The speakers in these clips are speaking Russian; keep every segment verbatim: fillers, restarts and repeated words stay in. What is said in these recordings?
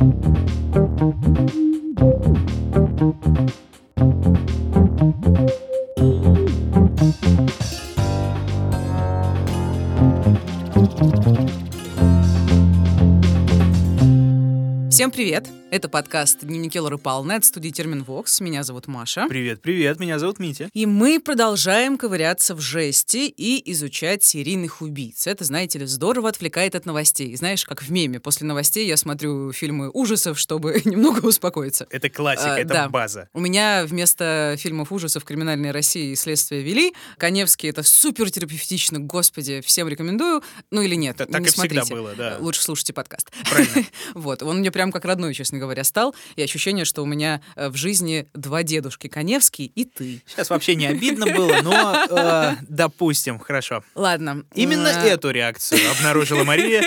Всем привет! Это подкаст «Дневники Лоры Палны» от студии Терминвокс. Меня зовут Маша. Привет-привет, меня зовут Митя. И мы продолжаем ковыряться в жести и изучать серийных убийц. Это, знаете ли, здорово отвлекает от новостей. Знаешь, как в меме. После новостей я смотрю фильмы ужасов, чтобы немного успокоиться. Это классика, а, это да. база. У меня вместо фильмов ужасов «Криминальная Россия» и «Следствие вели». Каневский — это супертерапевтично, господи, всем рекомендую. Ну или нет, так не и смотрите. всегда было, да. Лучше слушайте подкаст. Правильно. Вот, он мне прям как родной, честно говоря, стал. И ощущение, что у меня в жизни два дедушки: Каневский и ты. Сейчас вообще не обидно было, но э, допустим, хорошо. Ладно. Именно а... эту реакцию обнаружила Мария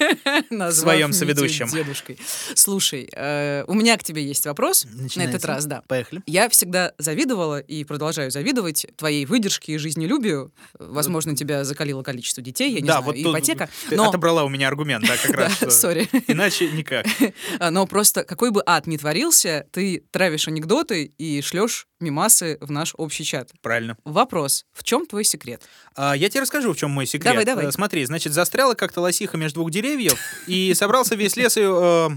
в своем соведущем. Дедушкой. Слушай, э, у меня к тебе есть вопрос. Начинается? На этот раз, да. Поехали. Я всегда завидовала и продолжаю завидовать твоей выдержке и жизнелюбию. Возможно, тебя закалило количество детей, я не да, знаю, вот ипотека. Ты но... отобрала у меня аргумент, да, как раз. Сори. Иначе никак. Но просто какой бы ад ни творился, ты травишь анекдоты и шлешь мемасы в наш общий чат. Правильно. Вопрос: в чем твой секрет? А, я тебе расскажу, в чем мой секрет. Давай, давай. Смотри, значит, застряла как-то лосиха между двух деревьев, и собрался весь лес и...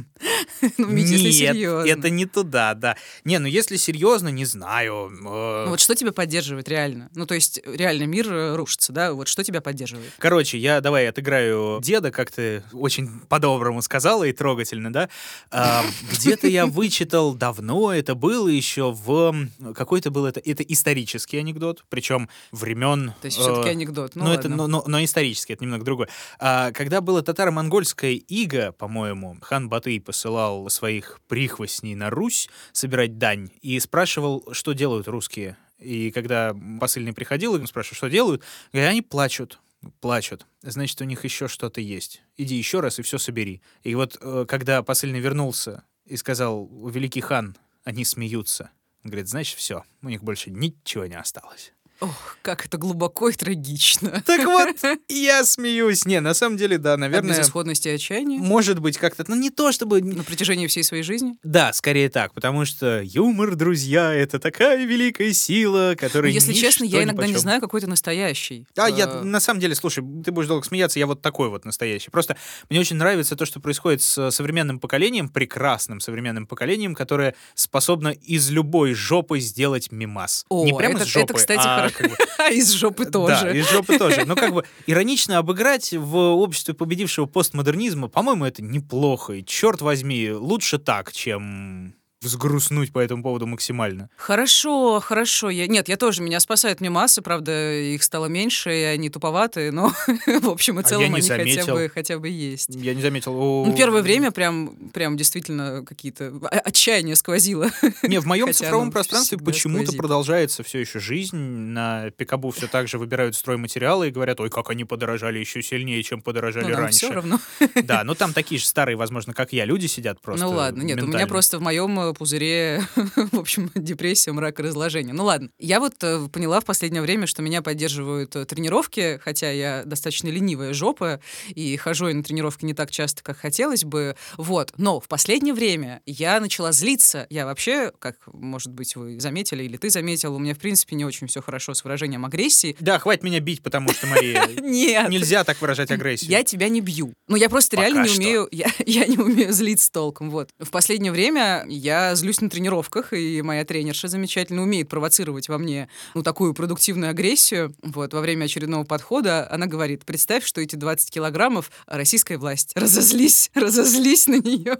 Ну, Митя, если Нет, серьезно. это не туда, да. Не, ну если серьезно, не знаю. Ну вот что тебя поддерживает реально? Ну то есть реально мир рушится, да? Вот что тебя поддерживает? Короче, я давай отыграю деда, как ты очень по-доброму сказала и трогательно, да? А, где-то я вычитал давно, это было еще в... Какой-то был это... Это исторический анекдот, причем времен... То есть все-таки э, анекдот, ну но, ладно. это, но, но, но исторический, это немного другое. А, когда было татаро-монгольское иго, по-моему, хан Батый посылал своих прихвостней на Русь собирать дань и спрашивал, что делают русские. И когда посыльный приходил, и спрашивал, что делают, говорят, они плачут. Плачут. Значит, у них еще что-то есть. Иди еще раз и все собери. И вот когда посыльный вернулся и сказал, великий хан, они смеются. Он говорит, значит, все, у них больше ничего не осталось. Ох, как это глубоко и трагично. Так вот, я смеюсь. Не, на самом деле, да, наверное... От безысходности и отчаяния? Может быть, как-то... Ну, не то чтобы... На протяжении всей своей жизни? Да, скорее так, потому что юмор, друзья, это такая великая сила, которая... Ну, если честно, я иногда нипочем. не знаю, какой ты настоящий. А, А... я, на самом деле, слушай, ты будешь долго смеяться, я вот такой вот настоящий. Просто мне очень нравится то, что происходит с современным поколением, прекрасным современным поколением, которое способно из любой жопы сделать мемас. О, не прямо это, из жопы, это, кстати, а... хорошо. Как бы... Из жопы тоже. Да, из жопы тоже. Но как бы иронично обыграть в обществе победившего постмодернизма, по-моему, это неплохо. И, черт возьми, лучше так, чем... взгрустнуть по этому поводу максимально. Хорошо, хорошо. Я... Нет, я тоже, меня спасают мемасы, правда, их стало меньше, и они туповатые, но в общем и целом а они хотя бы, хотя бы есть. Я не заметил. О... Ну, первое время прям, прям действительно какие-то... Отчаяние сквозило. Не, в моем Хотя цифровом пространстве почему-то сквозит. Продолжается все еще жизнь. На Пикабу все так же выбирают стройматериалы и говорят, ой, как они подорожали еще сильнее, чем подорожали ну, нам раньше. Все равно. Да, ну там такие же старые, возможно, как я, люди сидят просто. Ну ладно, нет, ментально. у меня просто в моем пузыре, в общем, депрессия, мрак и разложение. Ну ладно. Я вот э, поняла в последнее время, что меня поддерживают э, тренировки, хотя я достаточно ленивая жопа, и хожу я на тренировки не так часто, как хотелось бы. Вот. Но в последнее время я начала злиться. Я вообще, как, может быть, вы заметили, или ты заметил, у меня, в принципе, не очень все хорошо с выражением агрессии. Да, хватит меня бить, потому что, Мария, Нет. нельзя так выражать агрессию. Я тебя не бью. Ну, я просто Пока реально не что. умею... Я, я не умею злиться толком, вот. В последнее время я злюсь на тренировках, и моя тренерша замечательно умеет провоцировать во мне, ну, такую продуктивную агрессию. Вот, во время очередного подхода она говорит, представь, что эти двадцать килограммов российская власть. Разозлись, разозлись на нее.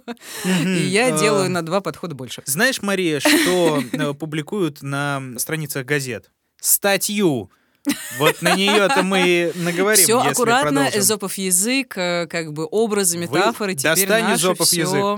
И я делаю на два подхода больше. Знаешь, Мария, что публикуют на страницах газет? Статью. Вот на нее-то мы и наговорим. Все если аккуратно, продолжим. Эзопов язык, как бы образы, метафоры. Вы теперь достань наше Эзопов все. язык.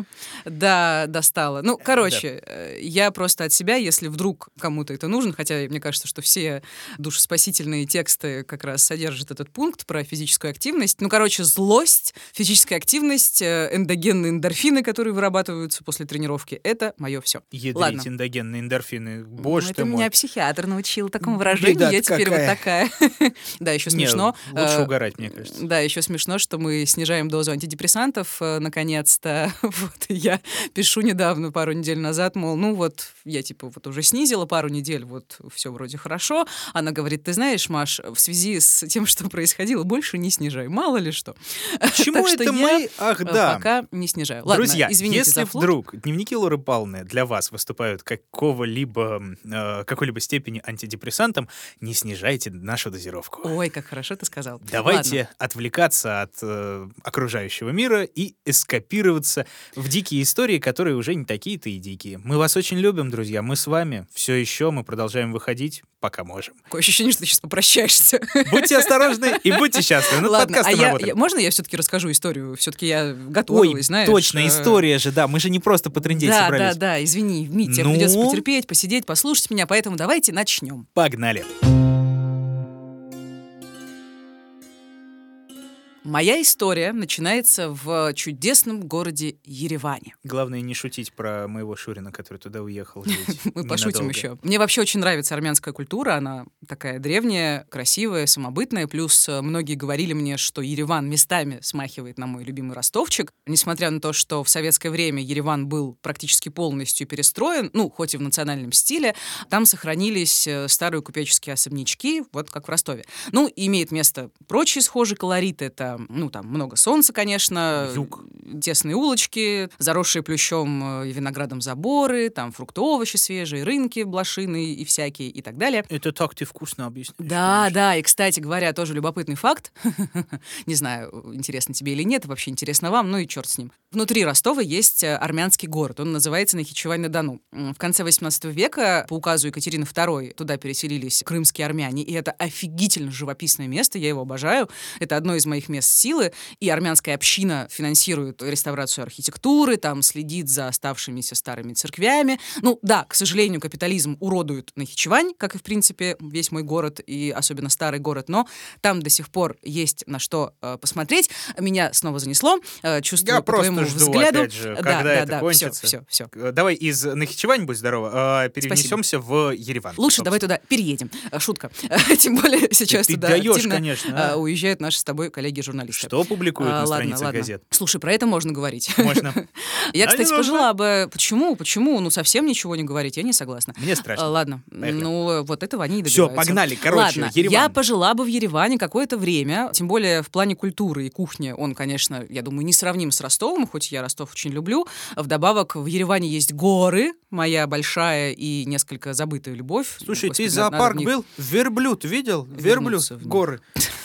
Да, достала. Ну, короче, да. Я просто от себя, если вдруг кому-то это нужно, хотя мне кажется, что все душеспасительные тексты как раз содержат этот пункт про физическую активность. Ну, короче, злость, физическая активность, эндогенные эндорфины, которые вырабатываются после тренировки, это мое все. Ядрить Ладно. эндогенные эндорфины. Боже ну, ты это мой. меня психиатр научил такому выражению, Беда я теперь какая. вот такая. Да, еще Не, смешно. лучше э, угорать, мне кажется. Да, еще смешно, что мы снижаем дозу антидепрессантов, э, наконец-то. Вот, и я пишу недавно, пару недель назад, мол, ну вот, я типа вот уже снизила пару недель, вот все вроде хорошо. Она говорит, ты знаешь, Маш, в связи с тем, что происходило, больше не снижай, мало ли что. Почему Так что это я, мы? Ах, э, да. пока не снижаю. Ладно, Друзья, извините если за флут. вдруг дневники Лоры Павловны для вас выступают какого-либо, э, какой-либо степени антидепрессантом, не снижайте нашу дозировку. Ой, как хорошо ты сказал. Давайте Ладно. отвлекаться от э, окружающего мира и эскапироваться в дикие истории, которые уже не такие-то и дикие. Мы вас очень любим, друзья. Мы с вами. Все еще мы продолжаем выходить, пока можем. Такое ощущение, что ты сейчас попрощаешься. Будьте осторожны и будьте счастливы. Над Ладно, а подкастом я, работаем. я- можно я все-таки расскажу историю? Все-таки я Ой, готовилась, знаешь. точно, э, история же, да. Мы же не просто потрындеть Да, да, собрались. да, извини, Мить, тебе Ну? придется потерпеть, посидеть, послушать меня, поэтому давайте начнем. Погнали. Моя история начинается в чудесном городе Ереване. Главное не шутить про моего Шурина, который туда уехал жить. Мы пошутим ненадолго. еще. Мне вообще очень нравится армянская культура. Она такая древняя, красивая, самобытная. Плюс э, многие говорили мне, что Ереван местами смахивает на мой любимый ростовчик. Несмотря на то, что в советское время Ереван был практически полностью перестроен, ну, хоть и в национальном стиле, там сохранились э, старые купеческие особнячки, вот как в Ростове. Ну, имеет место прочие схожие колориты. Это, ну, там много солнца, конечно. Юг. Тесные улочки, заросшие плющом и виноградом заборы, там фрукты, овощи свежие, рынки блошиные и всякие и так далее. Это так ты вкусно объяснишь. Да, да, и, кстати говоря, тоже любопытный факт. Не знаю, интересно тебе или нет, вообще интересно вам, ну и черт с ним. Внутри Ростова есть э, армянский город, он называется Нахичевань-на-Дону. М, В конце восемнадцатого века по указу Екатерины второй туда переселились крымские армяне, и это офигительно живописное место, я его обожаю. Это одно из моих мест силы, и армянская община финансирует реставрацию архитектуры, там следит за оставшимися старыми церквями. Ну да, к сожалению, капитализм уродует Нахичевань, как и, в принципе, весь мой город, и особенно старый город, но там до сих пор есть на что э, посмотреть. Меня снова занесло, э, чувствую Я по просто твоему жду, взгляду. опять же, Да, когда да, это да, кончится. Все, все, все. Э, Давай из Нахичевани, будь здорова, э, перенесемся в Ереван. Лучше давай туда переедем. Э, Шутка. Тем более сейчас ты туда даешь, активно конечно, а. э, уезжают наши с тобой коллеги-журналисты. Что публикуют А, на ладно, страницах ладно. газет? Слушай, про это можно говорить. Можно. Я, Да, кстати, не нужно. пожелала бы... Почему? Почему? Ну, совсем ничего не говорить, я не согласна. Мне А, страшно. Ладно, Поехали. ну, вот этого они и Всё, добиваются. погнали. Короче, Ладно, Ереван. я пожила бы в Ереване какое-то время, тем более в плане культуры и кухни. Он, конечно, я думаю, не сравним с Ростовом, хоть я Ростов очень люблю. Вдобавок, в Ереване есть горы, моя большая и несколько забытая любовь. Слушай, Господи, ты надо в зоопарк них был? Верблюд видел? Верблюд? вернуться в них. Горы.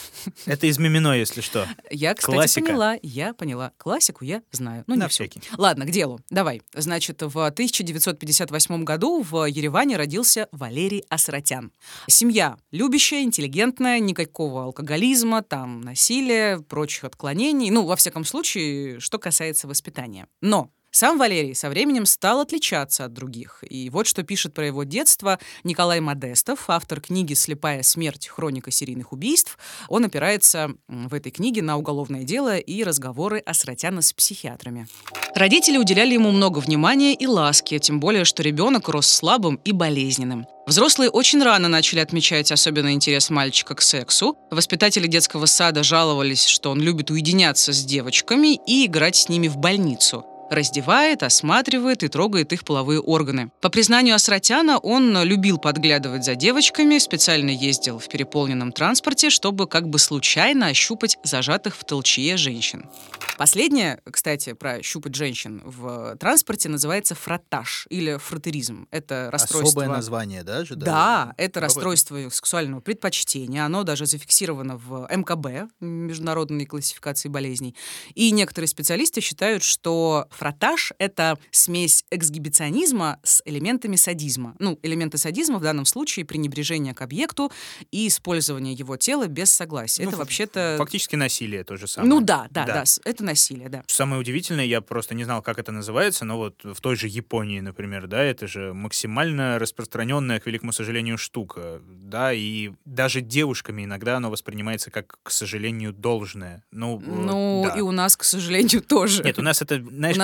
Это из Мимино, если что. Я, кстати, Классика. поняла, я поняла. Классику я знаю. Ну, На не всю. всякий. Ладно, к делу. Давай. Значит, в тысяча девятьсот пятьдесят восьмом году в Ереване родился Валерий Асратян. Семья любящая, интеллигентная, никакого алкоголизма, там, насилия, прочих отклонений. Ну, во всяком случае, что касается воспитания. Но сам Валерий со временем стал отличаться от других. И вот что пишет про его детство Николай Модестов, автор книги «Слепая смерть. Хроника серийных убийств». Он опирается м, в этой книге на уголовное дело и разговоры Асратяна с психиатрами. Родители уделяли ему много внимания и ласки, тем более, что ребенок рос слабым и болезненным. Взрослые очень рано начали отмечать особенный интерес мальчика к сексу. Воспитатели детского сада жаловались, что он любит уединяться с девочками и играть с ними в больницу. Раздевает, осматривает и трогает их половые органы. По признанию Асратяна, он любил подглядывать за девочками, специально ездил в переполненном транспорте, чтобы как бы случайно ощупать зажатых в толчье женщин. Последнее, кстати, про щупать женщин в транспорте называется фротаж или фротеризм. Это расстройство... Особое название, да? же? Да, это Любопытно. расстройство сексуального предпочтения. Оно даже зафиксировано в эм ка бэ, Международной классификации болезней. И некоторые специалисты считают, что фротаж — это смесь эксгибиционизма с элементами садизма. Ну, элементы садизма в данном случае — пренебрежение к объекту и использование его тела без согласия. Ну, это ф- вообще-то... Фактически насилие то же самое. Ну да, да, Да. да, с- это насилие, да. Самое удивительное, я просто не знал, как это называется, но вот в той же Японии, например, да, это же максимально распространенная, к великому сожалению, штука, да, и даже девушками иногда оно воспринимается как, к сожалению, должное. Ну, э, Ну, да. и у нас, к сожалению, тоже. Нет, у нас это, знаешь, У нас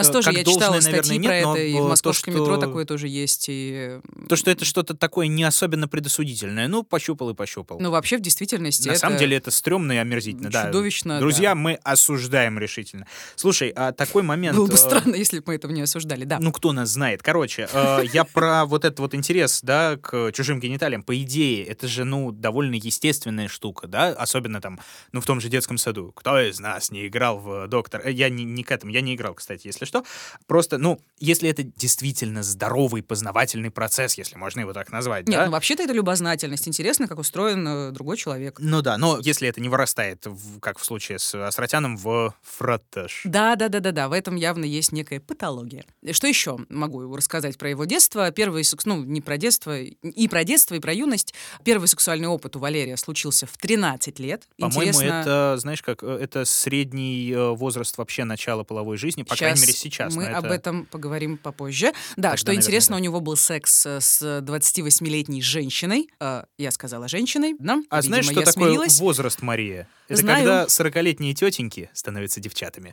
нас тоже, как я должное, читала наверное, статьи нет, про это, но и то, в московском что... метро такое тоже есть. И... То, что это что-то такое не особенно предосудительное. Ну, пощупал и пощупал. Ну, вообще, в действительности, На это самом деле это стрёмно и омерзительно, да. чудовищно, Друзья, да. мы осуждаем решительно. Слушай, а такой момент... Было бы э, странно, если бы мы этого не осуждали, да. Ну, кто нас знает. Короче, э, я про вот этот вот интерес, да, к чужим гениталиям. По идее, это же, ну, довольно естественная штука, да, особенно там, ну, в том же детском саду. Кто из нас не играл в доктор? Э, Я не, не к этому, я не играл, кстати, если что. Просто, ну, если это действительно здоровый познавательный процесс, если можно его так назвать, Нет, да? ну вообще-то это любознательность. Интересно, как устроен э, другой человек. Ну да, но если это не вырастает, в- как в случае с Асратяном, в фраттаж. Да, да, да, да, да. В этом явно есть некая патология. Что еще могу рассказать про его детство? Первый секс, ну, не про детство, и про детство, и про юность. Первый сексуальный опыт у Валерия случился в тринадцать лет. По-моему, Интересно, это, знаешь, как э, это средний э, возраст вообще начала половой жизни, по крайней мере, сейчас. Мы но это- об этом поговорим попозже. Да, Тогда, что наверное, интересно, да. у него был секс э, с двадцативосьмилетней женщиной. Э, я сказала женщиной, да? А знаешь, Видимо, что я такое смирилась. возраст, Мария? Это Знаю. когда сорокалетние тетеньки становятся девчатами.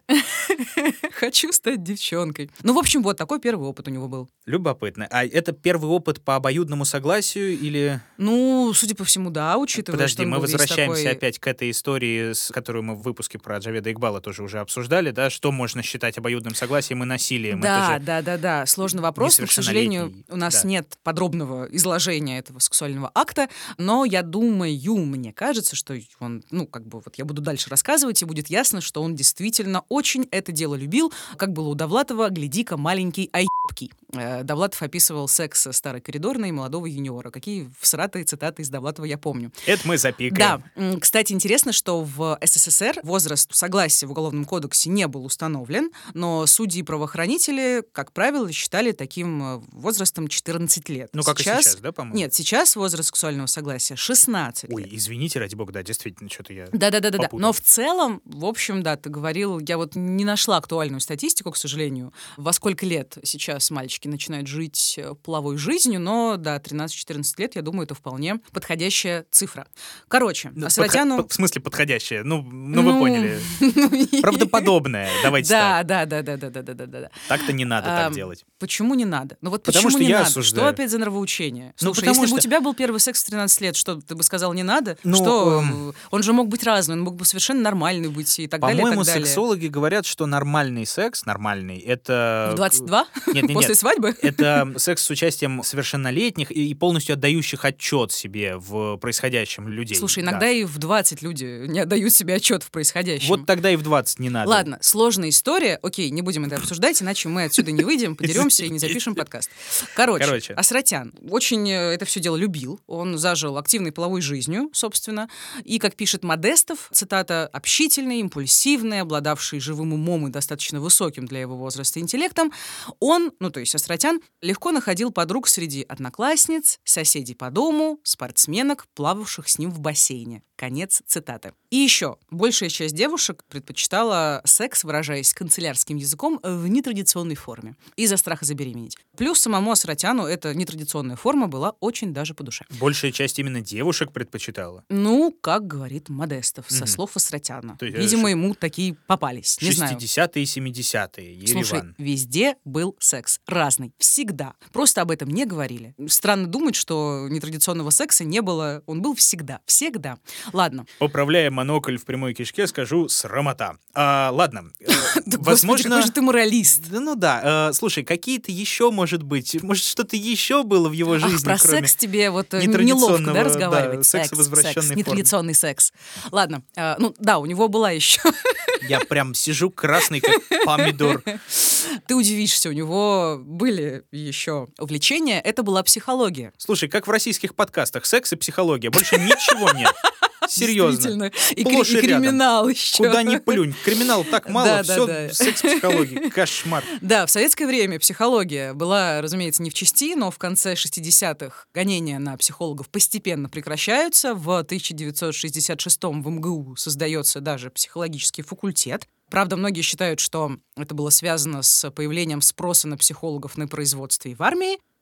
Хочу стать девчонкой. Ну, в общем, вот такой первый опыт у него был. Любопытно. А это первый опыт по обоюдному согласию или... Ну, судя по всему, да, учитывая, Подожди, что он мы был весь возвращаемся такой... опять к этой истории, с которую мы в выпуске про Джаведа Игбала тоже уже обсуждали, да? Что можно считать обоюдным согласием и насилием? Да, Это же да, да, да. Сложный вопрос, но, к сожалению, несовершеннолетний, у нас да. нет подробного изложения этого сексуального акта, но я думаю, мне кажется, что он, ну, как бы, вот я буду дальше рассказывать, и будет ясно, что он действительно очень это дело любил. Как было у Довлатова, гляди-ка, маленький айебкий. Э, Довлатов описывал секс старой коридорной и молодого юниора. Какие всратые цитаты из Довлатова я помню. Это мы запикаем. Да. М, Кстати, интересно, что в СССР возраст согласия в Уголовном кодексе не был установлен, но судьи и правоохранители, как правило, считали таким э, возрастом четырнадцать лет. Ну, как и сейчас, да, по-моему? Нет, сейчас возраст сексуального согласия шестнадцать Ой, лет. извините, ради бога, да, действительно, что-то я... Да-да-да-да. попутал. Но в целом, в общем, да, ты говорил, я вот не нашла актуальную статистику, к сожалению, во сколько лет сейчас мальчики начинают жить э, половой жизнью, но, да, тринадцать-четырнадцать лет, я думаю, это вполне подходящая цифра. Короче, Ну, Асратяну... подхо- В смысле подходящее? Ну, ну, Ну, вы поняли. ну, Правдоподобное, давайте Да, так. да, да, да, да, да, да, да, да. Так-то не надо так Ам, делать. Почему не надо? Ну вот Потому почему что не я надо? осуждаю. Что опять за нравоучение? Ну, Слушай, потому если бы у что- тебя был первый секс в тринадцать лет, что ты бы сказал не надо? Ну, что? эм, Он же мог быть разный, он мог бы совершенно нормальный быть и так далее, и По-моему, так далее. сексологи говорят, что нормальный секс, нормальный, это... В двадцать два? Нет, нет, После нет. свадьбы? Это секс с участием совершеннолетних и и полностью отдающих отчет себе в происходящем людей. Слушай, Да. иногда и в двадцать люди не отдают себе отчет в происходящем. Вот тогда и в двадцать не надо. Ладно, сложная история. Окей, не будем это обсуждать, иначе мы отсюда не выйдем, подеремся и не запишем подкаст. Короче, Короче. Асратян очень э, это все дело любил. Он зажил активной половой жизнью, собственно. И, как пишет Модестов, цитата, «общительный, импульсивный, обладавший живым умом и достаточно высоким для его возраста интеллектом, он, ну то есть Асратян, легко находил подруг среди одноклассниц, соседей по дому, спортсменок, плававших с ним в бассейне». Конец цитаты. И еще, большая часть девушек предпочитала секс, выражаясь канцелярским языком, в нетрадиционной форме, из-за страха забеременеть. Плюс самому Асратяну эта нетрадиционная форма была очень даже по душе. Большая часть именно девушек предпочитала. Ну, как говорит Модестов, со Мгм. слов Асратяна. То есть, э, Видимо, ш- ему такие попались. Не знаю. шестидесятые и семидесятые. Слушай, Ереван. везде был секс. Разный. Всегда. Просто об этом не говорили. Странно думать, что нетрадиционного секса не было. Он был всегда. Всегда. Ладно. Поправляя монокль в прямой кишке, скажу срамота. А, ладно. Э, Да, Господи, Возможно... какой же ты моралист. Да, ну да. Э, слушай, какие-то еще, может быть, может, что-то еще было в его жизни, Ах, про кроме... секс тебе вот э, нетрадиционного, неловко, да, разговаривать? да, секса в возвращенной секс, форме. нетрадиционный секс. Ладно, э, ну да, у него была еще. Я прям сижу красный, как помидор. Ты удивишься, у него были еще увлечения. Это была психология. Слушай, как в российских подкастах, секс и психология. Больше ничего нет. Серьезно. Действительно. И, Сплошь кри- и и рядом. криминал еще. Куда ни плюнь. Криминал так мало, Да, да, все да. секс, психология. Кошмар. Да, в советское время психология была, разумеется, не в чести, но в конце шестидесятых гонения на психологов постепенно прекращаются. В тысяча девятьсот шестьдесят шестом в МГУ создается даже психологический факультет. Правда, многие считают, что это было связано с появлением спроса на психологов на производстве и в армии.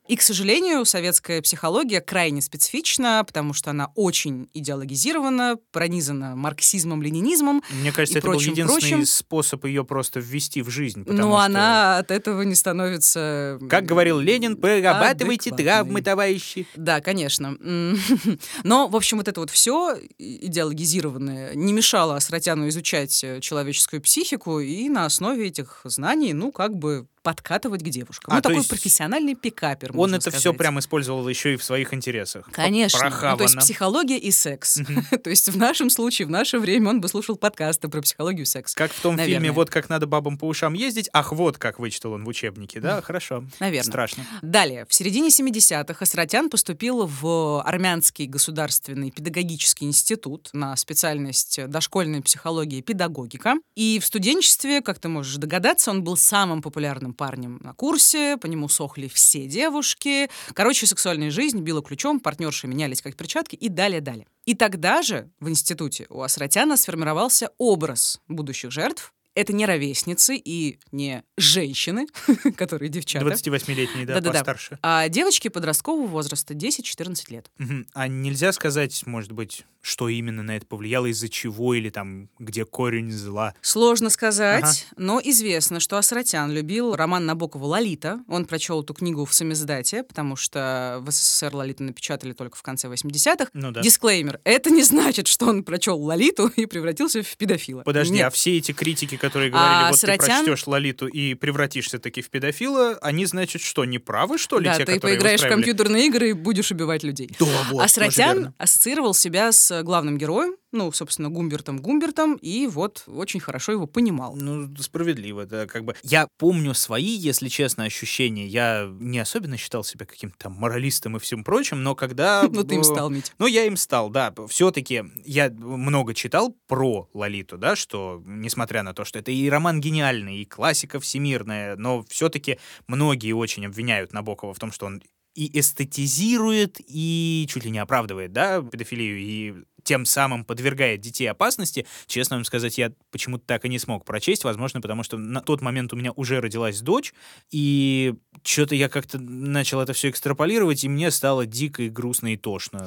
И, к сожалению, советская психология крайне специфична, потому что она очень идеологизирована, пронизана марксизмом, ленинизмом. Мне кажется, и это прочим, был единственный прочим. способ ее просто ввести в жизнь. Потому Но что, она от этого не становится... как говорил Ленин, прорабатывайте адекватной. травмы, товарищи. Да, конечно. Но, в общем, вот это вот все идеологизированное не мешало Асратяну изучать человеческую психику и на основе этих знаний, ну, как бы подкатывать к девушкам. А, ну, то такой есть профессиональный пикапер, Он можно это сказать. все прям использовал еще и в своих интересах. Конечно. Ну, Прохавано. то есть психология и секс. То есть в нашем случае, в наше время он бы слушал подкасты про психологию и секс. Как в том Наверное. фильме «Вот как надо бабам по ушам ездить», ах, вот как вычитал он в учебнике, да? Хорошо. Наверное. Страшно. Далее. В середине семидесятых Асратян поступил в Армянский государственный педагогический институт на специальность дошкольная психология и педагогика. И в студенчестве, как ты можешь догадаться, он был самым популярным парнем на курсе, по нему сохли все девушки. Короче, сексуальная жизнь била ключом, партнерши менялись как перчатки и далее-далее. И тогда же в институте у Асратяна сформировался образ будущих жертв. Это не ровесницы и не женщины, которые девчата. двадцативосьмилетние, да, Да-да-да. постарше. А девочки подросткового возраста, десять-четырнадцать лет. Мгм. А нельзя сказать, может быть, что именно на это повлияло, из-за чего, или там, где корень зла? Сложно сказать, но известно, что Асратян любил роман Набокова «Лолита». Он прочел эту книгу в самиздате, потому что в СССР «Лолиту» напечатали только в конце восьмидесятых. Ну да. Дисклеймер. Это не значит, что он прочел «Лолиту» и превратился в педофила. Подожди, Нет. а все эти критики, которые говорили, А вот Асратян- ты прочтешь «Лолиту» и превратишься таки в педофила, они, значит, что, не правы, что ли, Да, те, ты которые поиграешь в устраивали? компьютерные игры и будешь убивать людей. Да, вот, Асратян тоже верно. ассоциировал себя с главным героем, ну, собственно, Гумбертом Гумбертом, и вот очень хорошо его понимал. Ну, справедливо, да, как бы. Я помню свои, если честно, ощущения. Я не особенно считал себя каким-то там моралистом и всем прочим, но когда... Ну, ты им э, стал, Мить. Ну, я им стал, да. Все-таки я много читал про Лолиту, да, что, несмотря на то, что это и роман гениальный, и классика всемирная, но все-таки многие очень обвиняют Набокова в том, что он и эстетизирует, и чуть ли не оправдывает, да, педофилию, и тем самым подвергает детей опасности. Честно вам сказать, я почему-то так и не смог прочесть, возможно, потому что на тот момент у меня уже родилась дочь, и что-то я как-то начал это все экстраполировать, и мне стало дико и грустно и тошно.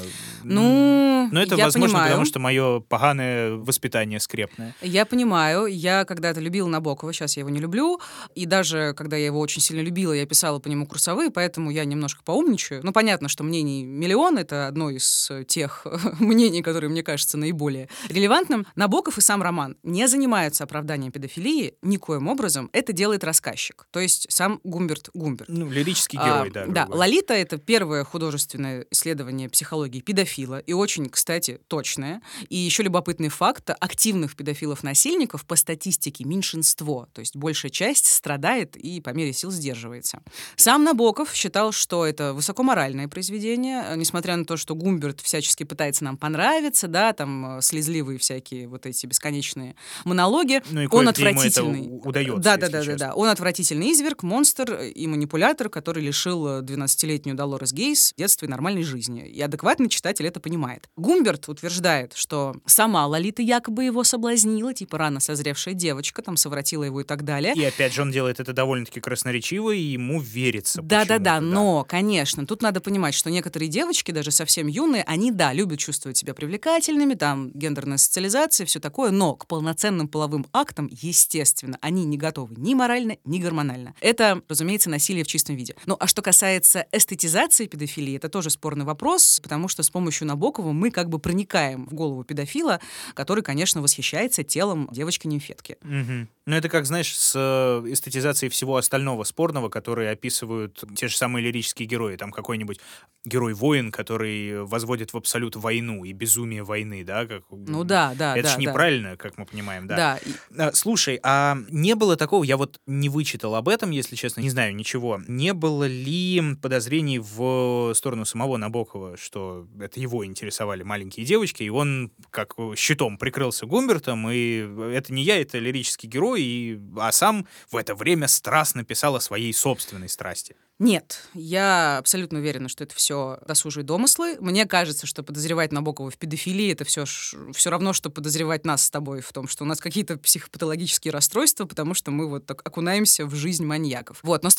Ну, Но это, я возможно, понимаю. потому что мое поганое воспитание скрепное. Я понимаю, я когда-то любила Набокова, сейчас я его не люблю, и даже когда я его очень сильно любила, я писала по нему курсовые, поэтому я немножко поумничаю. Ну, понятно, что мнений миллион, это одно из тех мнений, которые мне кажется наиболее релевантным. Набоков и сам роман не занимаются оправданием педофилии никоим образом, это делает рассказчик, то есть сам Гумберт Гумберт. Ну, лирический герой, А, да. Да, грубо говоря. «Лолита» — это первое художественное исследование психологии педофила, и очень, кстати, точное. И еще любопытный факт: активных педофилов-насильников по статистике меньшинство, то есть большая часть страдает и по мере сил сдерживается. Сам Набоков считал, что это высокоморальное произведение, несмотря на то, что Гумберт всячески пытается нам понравиться, да, там слезливые всякие вот эти бесконечные монологи. Ну, и Он кое-где ему это отвратительный. у- удается, Да, если да, да, да, честно. да. Он отвратительный изверг, монстр и манипулятор, который лишил двенадцатилетнюю Долорес Гейс детства и нормальной жизни. И адекватный читатель это понимает. Гумберт утверждает, что сама Лолита якобы его соблазнила, типа рано созревшая девочка, там совратила его и так далее. И опять же, он делает это довольно-таки красноречиво, и ему верится. Да-да-да, почему-то, но, конечно, тут надо понимать, что некоторые девочки, даже совсем юные, они, да, любят чувствовать себя привлекательными, там, гендерная социализация, все такое, но к полноценным половым актам, естественно, они не готовы ни морально, ни гормонально. Это, разумеется, насилие в чистом виде. Ну, а что касается эстетизации педофилии, это тоже спорный вопрос, потому что с помощью Набокова мы как бы проникаем в голову педофила, который, конечно, восхищается телом девочки-нимфетки. Мгм. Ну, это как, знаешь, с э, эстетизацией всего остального спорного, которые описывают те же самые лирические герои. Там какой-нибудь герой-воин, который возводит в абсолют войну и безумие войны, да? Как... Ну да, да, Это да. же да. неправильно, как мы понимаем, да. Да, и- А, Слушай, а не было такого, я вот не вычитал об этом, если честно, не знаю ничего. Не было ли подозрений в сторону самого Набокова, что это его интересовали маленькие девочки, и он как щитом прикрылся Гумбертом, и это не я, это лирический герой, и... а сам в это время страстно писал о своей собственной страсти. Нет, я абсолютно уверена, что это все досужие домыслы. Мне кажется, что подозревать Набокова в педофилии — это все, все равно, что подозревать нас с тобой в том, что у нас какие-то психопатологические расстройства, потому что мы вот так окунаемся в жизнь маньяков. Вот. Но стоит понимать,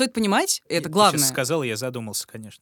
понимать, это Ты главное. сейчас сказал, я задумался, конечно.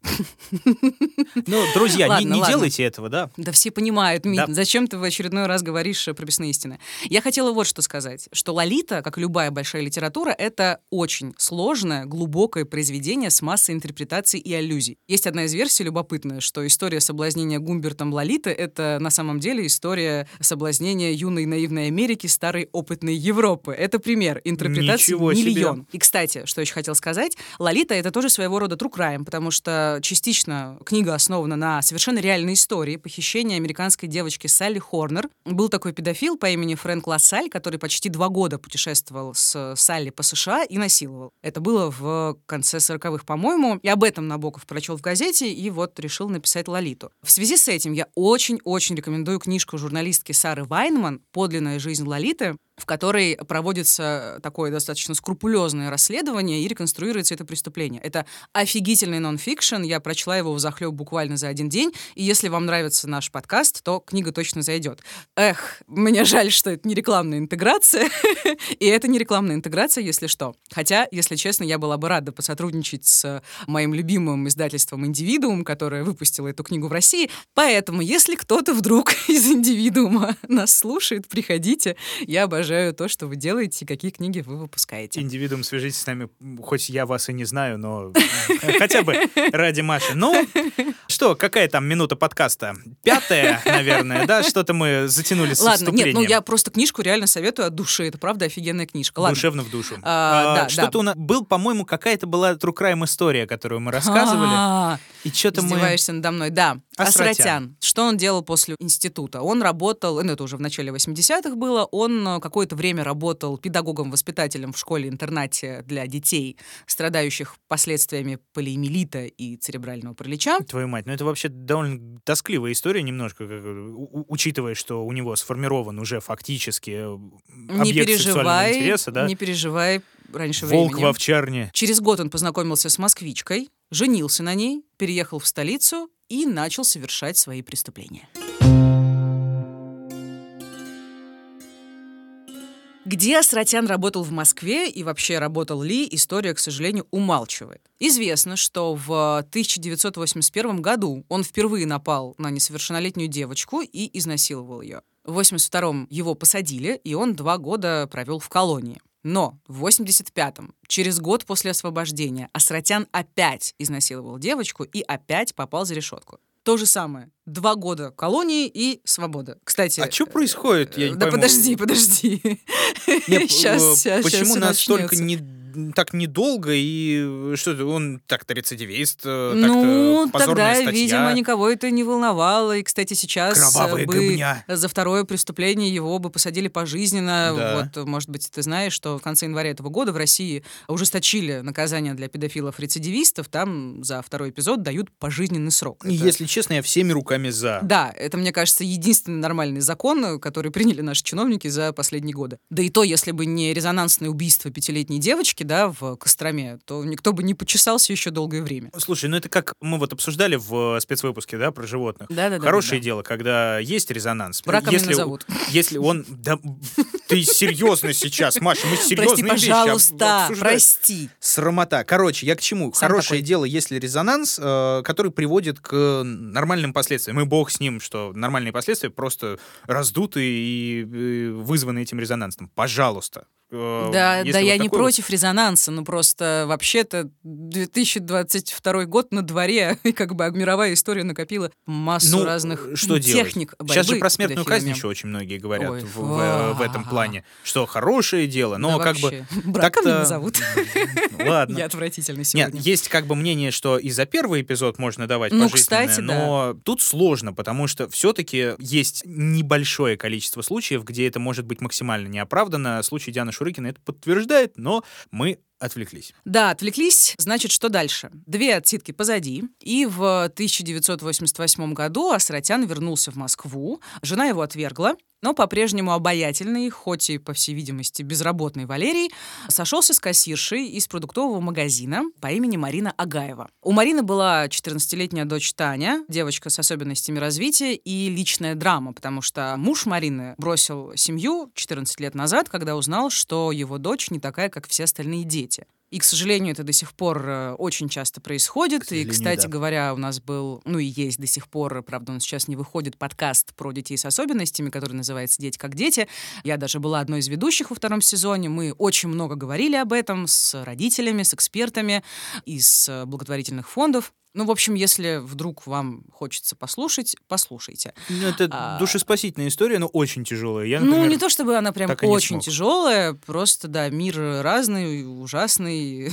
Ну, друзья, не Ладно, не ладно. делайте этого, да? Да все понимают, Мит, Да. зачем ты в очередной раз говоришь э, прописные истины? Я хотела вот что сказать, что «Лолита», как и любая большая литература, это очень сложное, глубокое произведение с массой интерпретаций и аллюзий. Есть одна из версий любопытная, что история соблазнения Гумбертом Лолиты — это на самом деле история соблазнения юной наивной Америки старой опытной Европы. Это пример интерпретации Ничего себе. миллион. И, кстати, что еще хотел сказать, «Лолита» — это тоже своего рода true crime, потому что частично книга основана на совершенно реальной истории похищения американской девочки Салли Хорнер. Был такой педофил по имени Фрэнк Лассаль, который почти два года путешествовал с Салли по США и насиловал. Это было в конце сороковых, по-моему. И об этом Набоков прочел в газете и вот решил написать «Лолиту». В связи с этим я очень-очень рекомендую книжку журналистки Сары Вайнман «Подлинная жизнь Лолиты», в которой проводится такое достаточно скрупулезное расследование и реконструируется это преступление. Это офигительный нон-фикшн, я прочла его взахлеб буквально за один день, и если вам нравится наш подкаст, то книга точно зайдет. Эх, мне жаль, что это не рекламная интеграция, и это не рекламная интеграция, если что. Хотя, если честно, я была бы рада посотрудничать с моим любимым издательством «Индивидуум», которое выпустило эту книгу в России, поэтому, если кто-то вдруг из «Индивидуума» нас слушает, приходите, я обожаю то, что вы делаете, какие книги вы выпускаете. Индивидуум, свяжитесь с нами, хоть я вас и не знаю, но хотя бы ради Маши. Ну, что, какая там минута подкаста? Пятая, наверное, да? Что-то мы затянули с Ладно, вступлением. нет, ну я просто книжку реально советую от души. Это правда офигенная книжка. Ладно. Душевно в душу. А, А, да, что-то да. у нас... Был, по-моему, какая-то была true crime история, которую мы рассказывали. А, И что-то мы... Издеваешься надо мной. Да, Асратян. Асратян. Что он делал после института? Он работал, ну это уже в начале восьмидесятых было, он э, какое-то время работал педагогом-воспитателем в школе-интернате для детей, страдающих последствиями полиомиелита и церебрального паралича. Твою мать, ну это вообще довольно тоскливая история немножко, как, у- учитывая, что у него сформирован уже фактически э, Не объект сексуального переживай, интереса, да? не переживай раньше Волк времени. в овчарне. Через год он познакомился с москвичкой, женился на ней, переехал в столицу и начал совершать свои преступления. Где Асратян работал в Москве и вообще работал ли, история, к сожалению, умалчивает. Известно, что в тысяча девятьсот восемьдесят первом году он впервые напал на несовершеннолетнюю девочку и изнасиловал ее. В восемьдесят втором его посадили, и он два года провел в колонии. Но в восемьдесят пятом, через год после освобождения, Асратян опять изнасиловал девочку и опять попал за решетку. То же самое. Два года колонии и свобода. Кстати... А что происходит? Я не Да пойму. подожди, подожди. Нет, Сейчас, э, сейчас, почему сейчас настолько начнется. не, так недолго, и что это, он так-то рецидивист, э, Ну, так-то позорная тогда, статья. видимо, никого это не волновало. И, кстати, сейчас Кровавая э, бы гыбня. за второе преступление его бы посадили пожизненно. Да. Вот, может быть, ты знаешь, что в конце января этого года в России ужесточили наказание для педофилов-рецидивистов. Там за второй эпизод дают пожизненный срок. И, Это- если честно, я всеми руками за. Да, это, мне кажется, единственный нормальный закон, который приняли наши чиновники за последние годы. Да и то, если бы не резонансное убийство пятилетней девочки, да, в Костроме, то никто бы не почесался еще долгое время. Слушай, ну это как мы вот обсуждали в спецвыпуске, да, про животных. Да-да-да. Хорошее да. дело, когда есть резонанс. Браком если, не назовут. Если он... Да, ты серьезно сейчас, Маша, мы серьезные Прости, вещи об- пожалуйста, обсуждаем. прости. Срамота. Короче, я к чему? Сам Хорошее такой. дело, если резонанс, э, который приводит к нормальным последствиям. И бог с ним, что нормальные последствия просто раздуты и э, вызваны этим резонансом. Пожалуйста. Э, Да, если да, вот я не такой вот- против резонанса, но просто вообще-то две тысячи двадцать второй год на дворе, и как бы мировая история накопила массу Ну, разных что делать? техник борьбы Сейчас же про с смертную казнь педофилами. еще очень многие говорят Ой, в, в- в этом ага. плане, что хорошее дело, но Да как бы вообще. Браком не так-то- назовут. Ну, ладно. Я отвратительный Нет, сегодня. есть как бы мнение, что и за первый эпизод можно давать Ну, пожизненное, кстати, но тут сложно, потому что все-таки есть небольшое количество случаев, где это может быть максимально неоправданно. Случай Дианы Шурыгиной это подтверждает, но мы отвлеклись. Да, отвлеклись. Значит, что дальше? Две отсидки позади. И в тысяча девятьсот восемьдесят восьмом году Асратян вернулся в Москву. Жена его отвергла, но по-прежнему обаятельный, хоть и, по всей видимости, безработный Валерий, сошелся с кассиршей из продуктового магазина по имени Марина Агаева. У Марины была четырнадцатилетняя дочь Таня, девочка с особенностями развития и личная драма, потому что муж Марины бросил семью четырнадцать лет назад, когда узнал, что его дочь не такая, как все остальные дети. И, к сожалению, это до сих пор э, очень часто происходит. И, кстати да. говоря, у нас был, ну и есть до сих пор, правда, он сейчас не выходит, подкаст про детей с особенностями, который называется «Дети как дети». Я даже была одной из ведущих во втором сезоне. Мы очень много говорили об этом с родителями, с экспертами из э, благотворительных фондов. Ну, в общем, если вдруг вам хочется послушать, послушайте. Ну, это А, душеспасительная история, но очень тяжелая. Я, например, Ну, не то чтобы она прям так и не очень смог. тяжелая, просто, да, мир разный, ужасный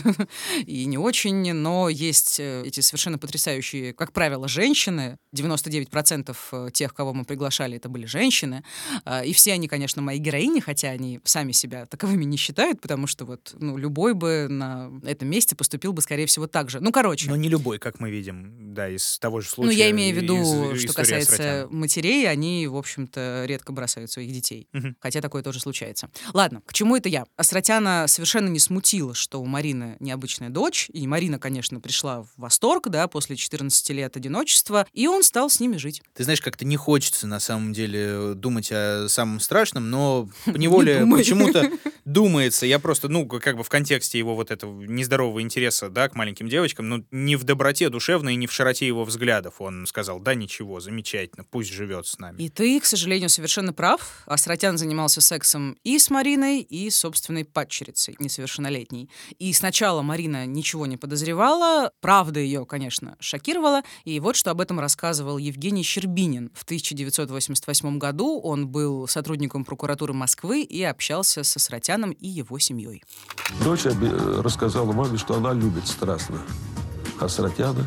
и не очень, но есть э, эти совершенно потрясающие, как правило, женщины. девяносто девять процентов тех, кого мы приглашали, это были женщины. А, И все они, конечно, мои героини, хотя они сами себя таковыми не считают, потому что вот, ну, любой бы на этом месте поступил бы, скорее всего, так же. Ну, короче. Но не любой, как мы видим, да, из того же случая. Ну, я имею в виду, из- что истории касается Асратяна. матерей, они, в общем-то, редко бросают своих детей. Мгм. Хотя такое тоже случается. Ладно, к чему это я? Асратяна совершенно не смутило, что у Марины необычная дочь. И Марина, конечно, пришла в восторг, да, после четырнадцати лет одиночества. И он стал с ними жить. Ты знаешь, как-то не хочется, на самом деле, думать о самом страшном, но поневоле думай. почему-то думается. Я просто, ну, как бы в контексте его вот этого нездорового интереса, да, к маленьким девочкам, ну, не в доброте душевной, не в широте его взглядов. Он сказал, да, ничего, замечательно, пусть живет с нами. И ты, к сожалению, совершенно прав. Асратян занимался сексом и с Мариной, и с собственной падчерицей, несовершеннолетней. И сначала Марина ничего не подозревала, правда ее, конечно, шокировала. И вот что об этом рассказывал Евгений Щербинин. В тысяча девятьсот восемьдесят восьмом году он был сотрудником прокуратуры Москвы и общался с Асратяном и его семьей. Дочь обе- рассказала маме, что она любит страстно Асратяна,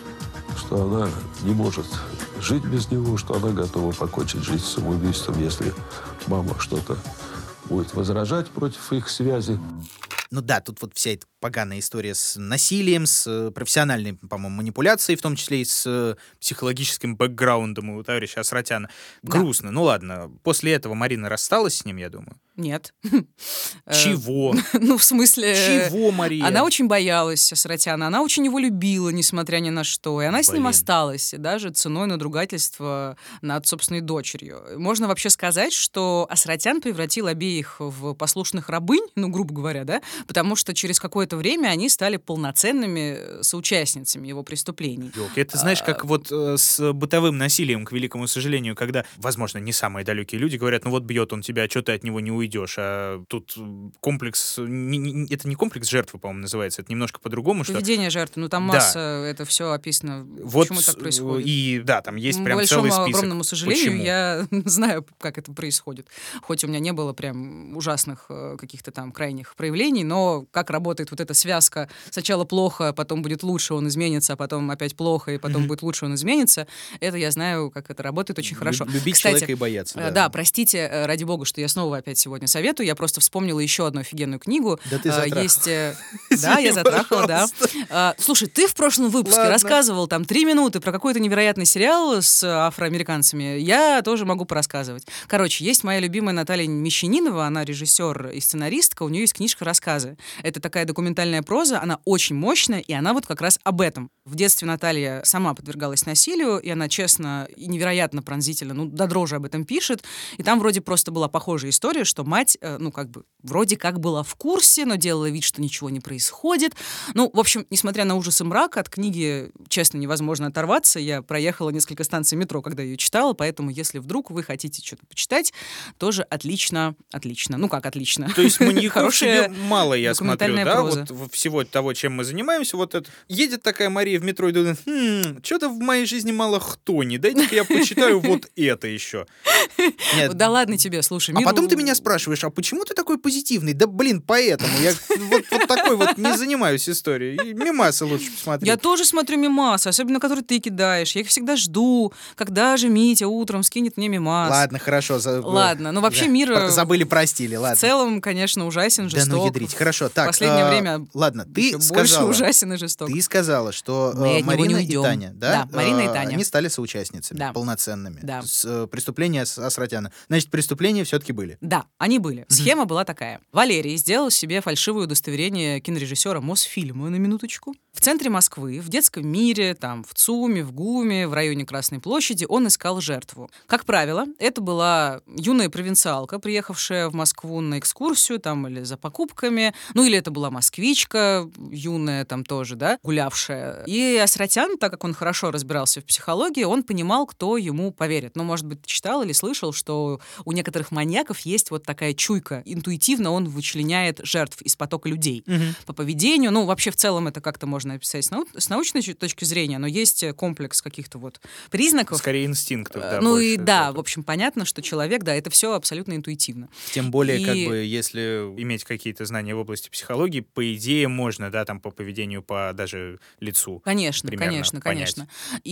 что она не может жить без него, что она готова покончить жизнь самоубийством, если мама что-то будет возражать против их связи. Ну да, тут вот вся эта поганая история с насилием, с э, профессиональной, по-моему, манипуляцией, в том числе и с э, психологическим бэкграундом у товарища Асратяна. Да. Грустно. Ну ладно, после этого Марина рассталась с ним, я думаю. Нет. Э, Чего? Ну, в смысле... Чего, Мария? Она очень боялась Асратяна, она очень его любила, несмотря ни на что. И она с ним Блин. осталась, даже ценой надругательства над собственной дочерью. Можно вообще сказать, что Асратян превратил обеих в послушных рабынь, ну, грубо говоря, да, потому что через какое-то время они стали полноценными соучастницами его преступлений. Ёлки, это знаешь, как вот э, с бытовым насилием, к великому сожалению, когда, возможно, не самые далекие люди говорят, ну вот бьет он тебя, что ты от него не уйдешь, а тут комплекс, не- не- это не комплекс жертвы, по-моему, называется, это немножко по-другому, что Поведение жертвы, ну, там Да. масса, это все описано, вот почему так происходит. и да, там есть К прям большому, целый список. огромному сожалению, Почему? я знаю, как это происходит. Хоть у меня не было прям ужасных э, каких-то там крайних проявлений, но как работает вот эта связка сначала плохо, потом будет лучше, он изменится, а потом опять плохо, и потом Мгм. будет лучше, он изменится, это я знаю, как это работает очень Лю- хорошо. Любить Кстати, человека и бояться. э, Да, простите, э, ради бога, что я снова опять сегодня советую. Я просто вспомнила еще одну офигенную книгу. Да ты Э, затрахал. Есть... э, Да, я Извини, затрахала, да. пожалуйста. А, Слушай, ты в прошлом выпуске Ладно. рассказывал там три минуты про какой-то невероятный сериал с афроамериканцами. Я тоже могу порассказывать. Короче, есть моя любимая Наталья Мещанинова, она режиссер и сценаристка, у нее есть книжка «Рассказы». Это такая документальная проза, она очень мощная, и она вот как раз об этом. В детстве Наталья сама подвергалась насилию, и она честно и невероятно пронзительно, ну, до дрожи об этом пишет. И там вроде просто была похожая история, что мать, э, ну, как бы, вроде как была в курсе, но делала вид, что ничего не происходит. Ну, в общем, несмотря на ужасы мрака, от книги, честно, невозможно оторваться. Я проехала несколько станций метро, когда ее читала, поэтому, если вдруг вы хотите что-то почитать, тоже отлично, отлично. Ну, как отлично? То есть маньяков Хорошая себе мало, я смотрю, документальная да, проза. вот в- всего того, чем мы занимаемся, вот это. Едет такая Мария в метро и думает, хм, что-то в моей жизни мало хтони, дайте-ка я почитаю вот это еще. Нет. Да ладно тебе, слушай. А мир- потом ты меня спрашиваешь, а почему ты такой позитивный? Да блин, поэтому. Я вот, вот такой вот не занимаюсь историей. И мемасы лучше посмотреть. Я тоже смотрю мемасы, особенно которые ты кидаешь. Я их всегда жду, когда же Митя утром скинет мне мемас. Ладно, хорошо. за- Ладно, ну вообще да, мир про- э, Забыли, простили, в ладно. целом, конечно, ужасен, Да жесток. ну ядрить. Хорошо, так. В последнее а, время Ладно, ты еще больше сказала, ужасен и жесток. ты сказала, что что Мы э, от него не Марина и уйдем. Таня, да, Да, Марина и э, Таня. они стали соучастницами Да. полноценными. Да. С, э, преступления с Асратяна. Значит, преступления все-таки были. Да, они были. Схема была такая. Валерий сделал себе фальшивое удостоверение кинорежиссера Мосфильма, на минуточку. В центре Москвы, в детском мире, там, в ЦУМе, в ГУМе, в районе Красной площади он искал жертву. Как правило, это была юная провинциалка, приехавшая в Москву на экскурсию там или за покупками, ну или это была москвичка юная там тоже, да, гулявшая. И Асратян, так как он хорошо разбирался в психологии, он понимал, кто ему поверит. Ну, может быть, читал или слышал, что у некоторых маньяков есть вот такая чуйка. Интуитивно он вычленяет жертв из потока людей. Мгм. По поведению, ну, вообще в целом это как-то можно описать с, нау- с научной чу- точки зрения, но есть комплекс каких-то вот признаков. Скорее инстинктов, Э, да. ну больше, и да, да. в общем, понятно, что человек, да, это все абсолютно интуитивно. Тем более, И- как бы, если иметь какие-то знания в области психологии, по идее, можно, да, там, по поведению, по даже лицу. Конечно, примерно конечно, понять. конечно.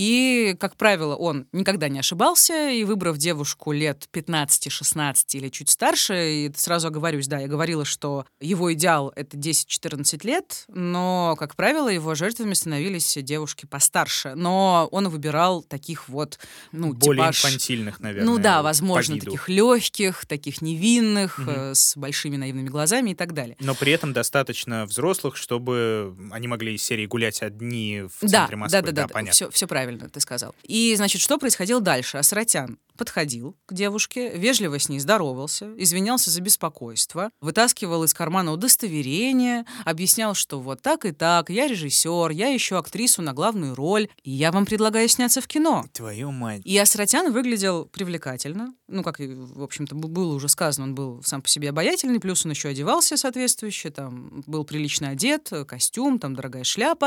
И, как правило, он никогда не ошибался, и выбрав девушку лет пятнадцать-шестнадцать или чуть старше, и сразу оговорюсь, да, я говорила, что его идеал — это десять-четырнадцать лет, но, как правило, его жертвами становились девушки постарше. Но он выбирал таких вот, ну, Более типаж... инфантильных, наверное. Ну да, по возможно, виду. таких легких, таких невинных, Мгм. э, с большими наивными глазами и так далее. Но при этом достаточно взрослых, чтобы они могли из серии гулять одни в Да, центре Москвы. да, да, да, понятно. все, все правильно ты сказал. И, значит, что происходило дальше? Асратян подходил к девушке, вежливо с ней здоровался, извинялся за беспокойство, вытаскивал из кармана удостоверение, объяснял, что вот так и так, я режиссер, я ищу актрису на главную роль, и я вам предлагаю сняться в кино. Твою мать. И Асратян выглядел привлекательно. Ну, как, и, в общем-то, б- было уже сказано, он был сам по себе обаятельный, плюс он еще одевался соответствующе, там, был прилично одет, костюм, там, дорогая шляпа.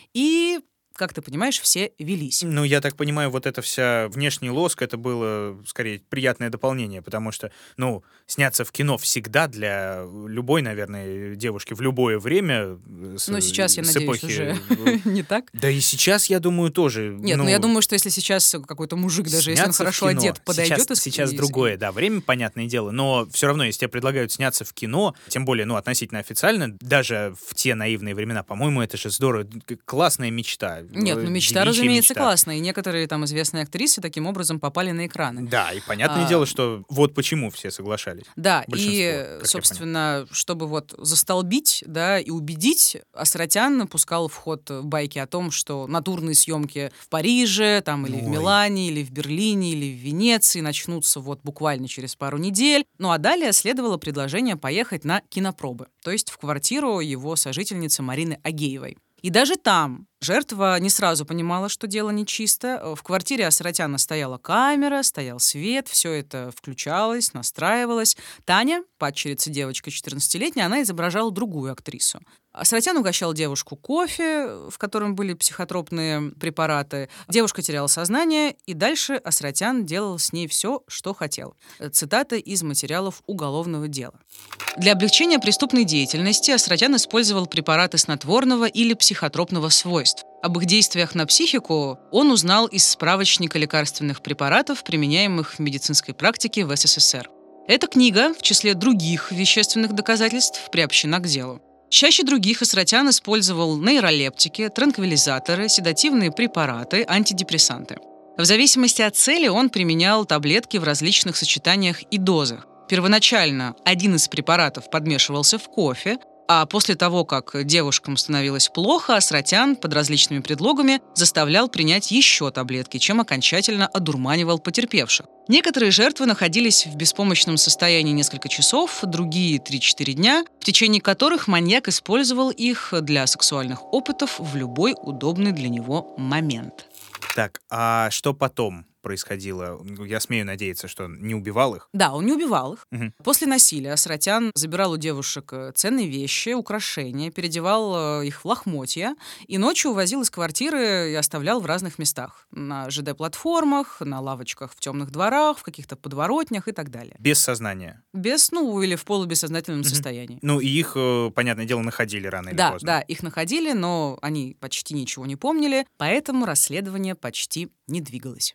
И, как ты понимаешь, все велись. Ну, я так понимаю, вот эта вся внешний лоск, это было, скорее, приятное дополнение, потому что, ну, сняться в кино всегда для любой, наверное, девушки в любое время. С, Но сейчас, я с надеюсь, эпохи... уже не так. Да и сейчас, я думаю, тоже. Нет, ну, я думаю, что если сейчас какой-то мужик, даже если он сняться в хорошо кино. одет, подойдет... Сейчас, и- сейчас и- другое, да, время, понятное дело, но все равно, если тебе предлагают сняться в кино, тем более, ну, относительно официально, даже в те наивные времена, по-моему, это же здорово, к- классная мечта. Нет, ну, мечта, девичья разумеется, мечта. классная. И некоторые там известные актрисы таким образом попали на экраны. Да, и понятное А, дело, что вот почему все соглашались. Да, Большинство, и, как я собственно, чтобы вот застолбить, да, и убедить, Асратян пускал в ход байки о том, что натурные съемки в Париже, там, или в Ой. Милане, или в Берлине, или в Венеции начнутся вот буквально через пару недель. Ну, а далее следовало предложение поехать на кинопробы, то есть в квартиру его сожительницы Марины Агеевой. И даже там жертва не сразу понимала, что дело нечисто. В квартире Асратяна стояла камера, стоял свет, все это включалось, настраивалось. Таня, падчерица девочка четырнадцатилетняя, она изображала другую актрису. Асратян угощал девушку кофе, в котором были психотропные препараты. Девушка теряла сознание, и дальше Асратян делал с ней все, что хотел. Цитата из материалов уголовного дела. Для облегчения преступной деятельности Асратян использовал препараты снотворного или психотропного свойств. Об их действиях на психику он узнал из справочника лекарственных препаратов, применяемых в медицинской практике в СССР. Эта книга, в числе других вещественных доказательств, приобщена к делу. Чаще других Асратян использовал нейролептики, транквилизаторы, седативные препараты, антидепрессанты. В зависимости от цели он применял таблетки в различных сочетаниях и дозах. Первоначально один из препаратов подмешивался в кофе, а после того, как девушкам становилось плохо, Асратян под различными предлогами заставлял принять еще таблетки, чем окончательно одурманивал потерпевших. Некоторые жертвы находились в беспомощном состоянии несколько часов, другие три-четыре дня, в течение которых маньяк использовал их для сексуальных опытов в любой удобный для него момент. Так, а что потом происходило? Я смею надеяться, что он не убивал их. Да, он не убивал их. Мгм. После насилия Асратян забирал у девушек э, ценные вещи, украшения, переодевал э, их в лохмотья и ночью увозил из квартиры и оставлял в разных местах. На ЖД-платформах, на лавочках в темных дворах, в каких-то подворотнях и так далее. Без сознания. Без, ну, или в полубессознательном Мгм. состоянии. Ну, и их, э, понятное дело, находили рано или Да, поздно. да, их находили, но они почти ничего не помнили, поэтому расследование почти не двигалось.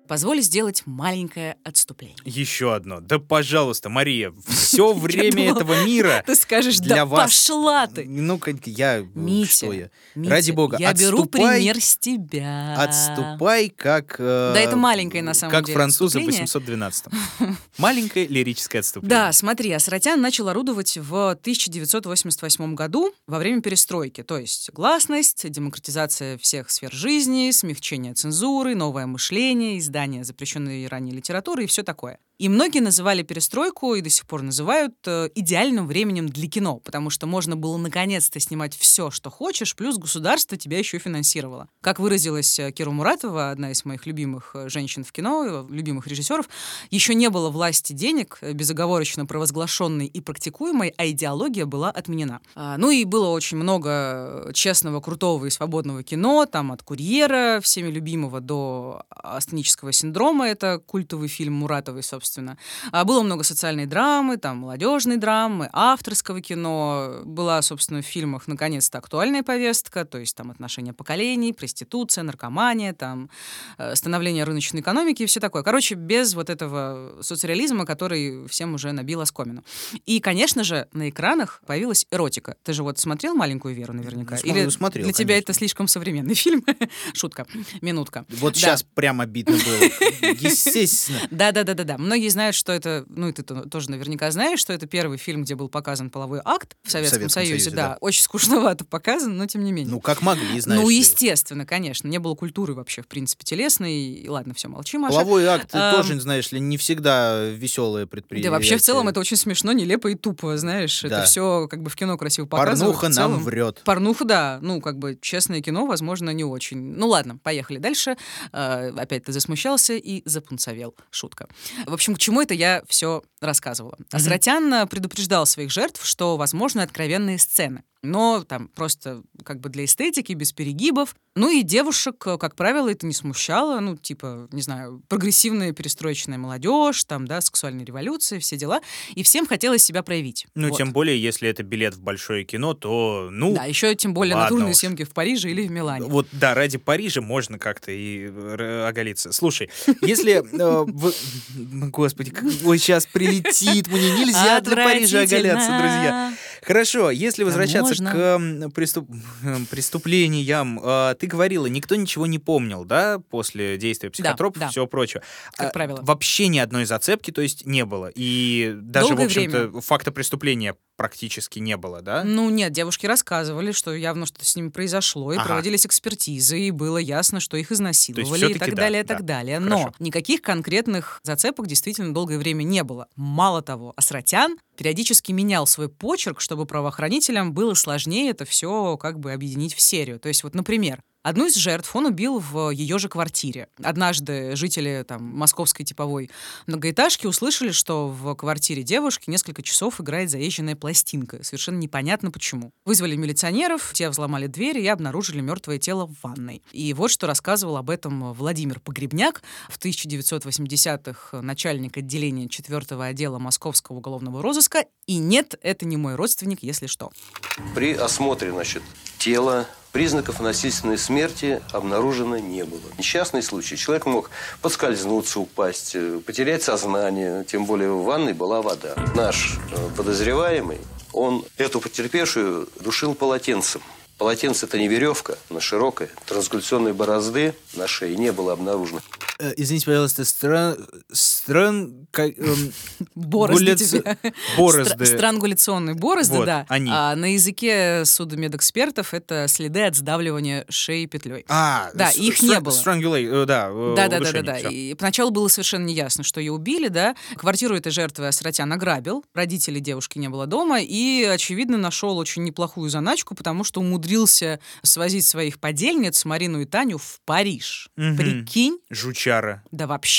Позволь сделать маленькое отступление. Еще одно. Да, пожалуйста, Мария, все время этого мира Ты скажешь, для да вас... пошла ты. Ну-ка, я... Митя, что я? Митя, Ради бога, я беру отступай, пример с тебя. Отступай, как... э, Да, это маленькое, на самом как деле, французы в отступление. восемьсот двенадцатом. Маленькое лирическое отступление. Да, смотри, Асратян начал орудовать в тысяча девятьсот восемьдесят восьмом году во время перестройки, то есть гласность, демократизация всех сфер жизни, смягчение цензуры, новое мышление, издание запрещенной ранее литературы и все такое. И многие называли перестройку, и до сих пор называют, э, идеальным временем для кино, потому что можно было наконец-то снимать все, что хочешь, плюс государство тебя еще и финансировало. Как выразилась э, Кира Муратова, одна из моих любимых э, женщин в кино, э, любимых режиссеров, еще не было власти денег, э, безоговорочно провозглашенной и практикуемой, а идеология была отменена. А, ну и было очень много честного, крутого и свободного кино, там от «Курьера», всеми любимого, до «Астенического синдрома», это культовый фильм Муратовой, собственно. А было много социальной драмы, там, молодежной драмы, авторского кино. Была, собственно, в фильмах, наконец-то, актуальная повестка, то есть там отношения поколений, проституция, наркомания, там, становление рыночной экономики и все такое. Короче, без вот этого соцреализма, который всем уже набил оскомину. И, конечно же, на экранах появилась эротика. Ты же вот смотрел «Маленькую Веру» наверняка? Ну, Или смотрел, для тебя конечно. это слишком современный фильм? Шутка. Минутка. Вот Да. сейчас прям обидно было. Естественно. Да-да-да-да-да. Многие знают, что это, ну и ты тоже наверняка знаешь, что это первый фильм, где был показан половой акт в Советском, Советском Союзе. Союзе, да. да. Очень скучновато показан, но тем не менее. Ну, как могли, знаешь Ну, ли. естественно, конечно. Не было культуры вообще, в принципе, телесной. И ладно, все, молчи, Маша. Половой акт Ам, тоже, знаешь ли, не всегда веселое предприятие. Да, вообще, в целом, это очень смешно, нелепо и тупо, знаешь. Да. Это все как бы в кино красиво показывают. Порнуха в нам целом. врет. Порнуха, да. Ну, как бы честное кино, возможно, не очень. Ну, ладно, поехали дальше. Э, опять ты засмущался и запунцовел. Шутка. В общем, к чему это я все рассказывала. Асратян предупреждал своих жертв, что возможны откровенные сцены. Но там просто как бы для эстетики, без перегибов. Ну и девушек, как правило, это не смущало. Ну, типа, не знаю, прогрессивная перестроечная молодежь, там, да, сексуальная революция, все дела. И всем хотелось себя проявить. Ну, Вот. тем более, если это билет в большое кино, то, ну... Да, еще тем более ладно натурные уж. съемки в Париже или в Милане. Вот, да, ради Парижа можно как-то и р- оголиться. Слушай, если... э, в- Господи, как- ой, сейчас прилетит, мне нельзя для Парижа оголяться, друзья. Хорошо, если возвращаться можно. к м, преступ- м, преступлениям, э, ты говорила, никто ничего не помнил, да, после действия психотропов да. и всего прочего. Как А, правило. Вообще ни одной зацепки, то есть, не было. И даже, Долгое в общем-то, время. факта преступления практически не было, да? Ну нет, девушки рассказывали, что явно что-то с ними произошло, и Ага. проводились экспертизы, и было ясно, что их изнасиловали, и всё-таки так да, далее, и да. так далее. Хорошо. Но никаких конкретных зацепок действительно долгое время не было. Мало того, Асратян периодически менял свой почерк, чтобы правоохранителям было сложнее это все как бы объединить в серию. То есть вот, например, одну из жертв он убил в ее же квартире. Однажды жители там, московской типовой многоэтажки услышали, что в квартире девушки несколько часов играет заезженная пластинка. Совершенно непонятно почему. Вызвали милиционеров, те взломали дверь и обнаружили мертвое тело в ванной. И вот что рассказывал об этом Владимир Погребняк, в тысяча девятьсот восьмидесятых начальник отделения четвёртого отдела Московского уголовного розыска. И нет, это не мой родственник, если что. При осмотре, значит, тела признаков насильственной смерти обнаружено не было. Несчастный случай. Человек мог подскользнуться, упасть, потерять сознание. Тем более в ванной была вода. Наш э, подозреваемый, он эту потерпевшую душил полотенцем. Полотенце – это не веревка, но широкая. Трансгуляционной борозды на шее не было обнаружено. Э, Извините, пожалуйста, стран... стран... как, эм, Борозды гуляци- тебе. борозды. Стра- Странгуляционные борозды, Вот, да. они. А на языке судмедэкспертов это следы от сдавливания шеи петлей. А, Да, с- их стра- не было. Strangulate, э, да, э, Да, да, да, да, удушение, да. всё. И поначалу было совершенно неясно, что ее убили, да. Квартиру этой жертвы Асратян ограбил, родителей девушки не было дома, и, очевидно, нашел очень неплохую заначку, потому что умудрился свозить своих подельниц, Марину и Таню, в Париж. Мгм. Прикинь? Жучара. Да вообще.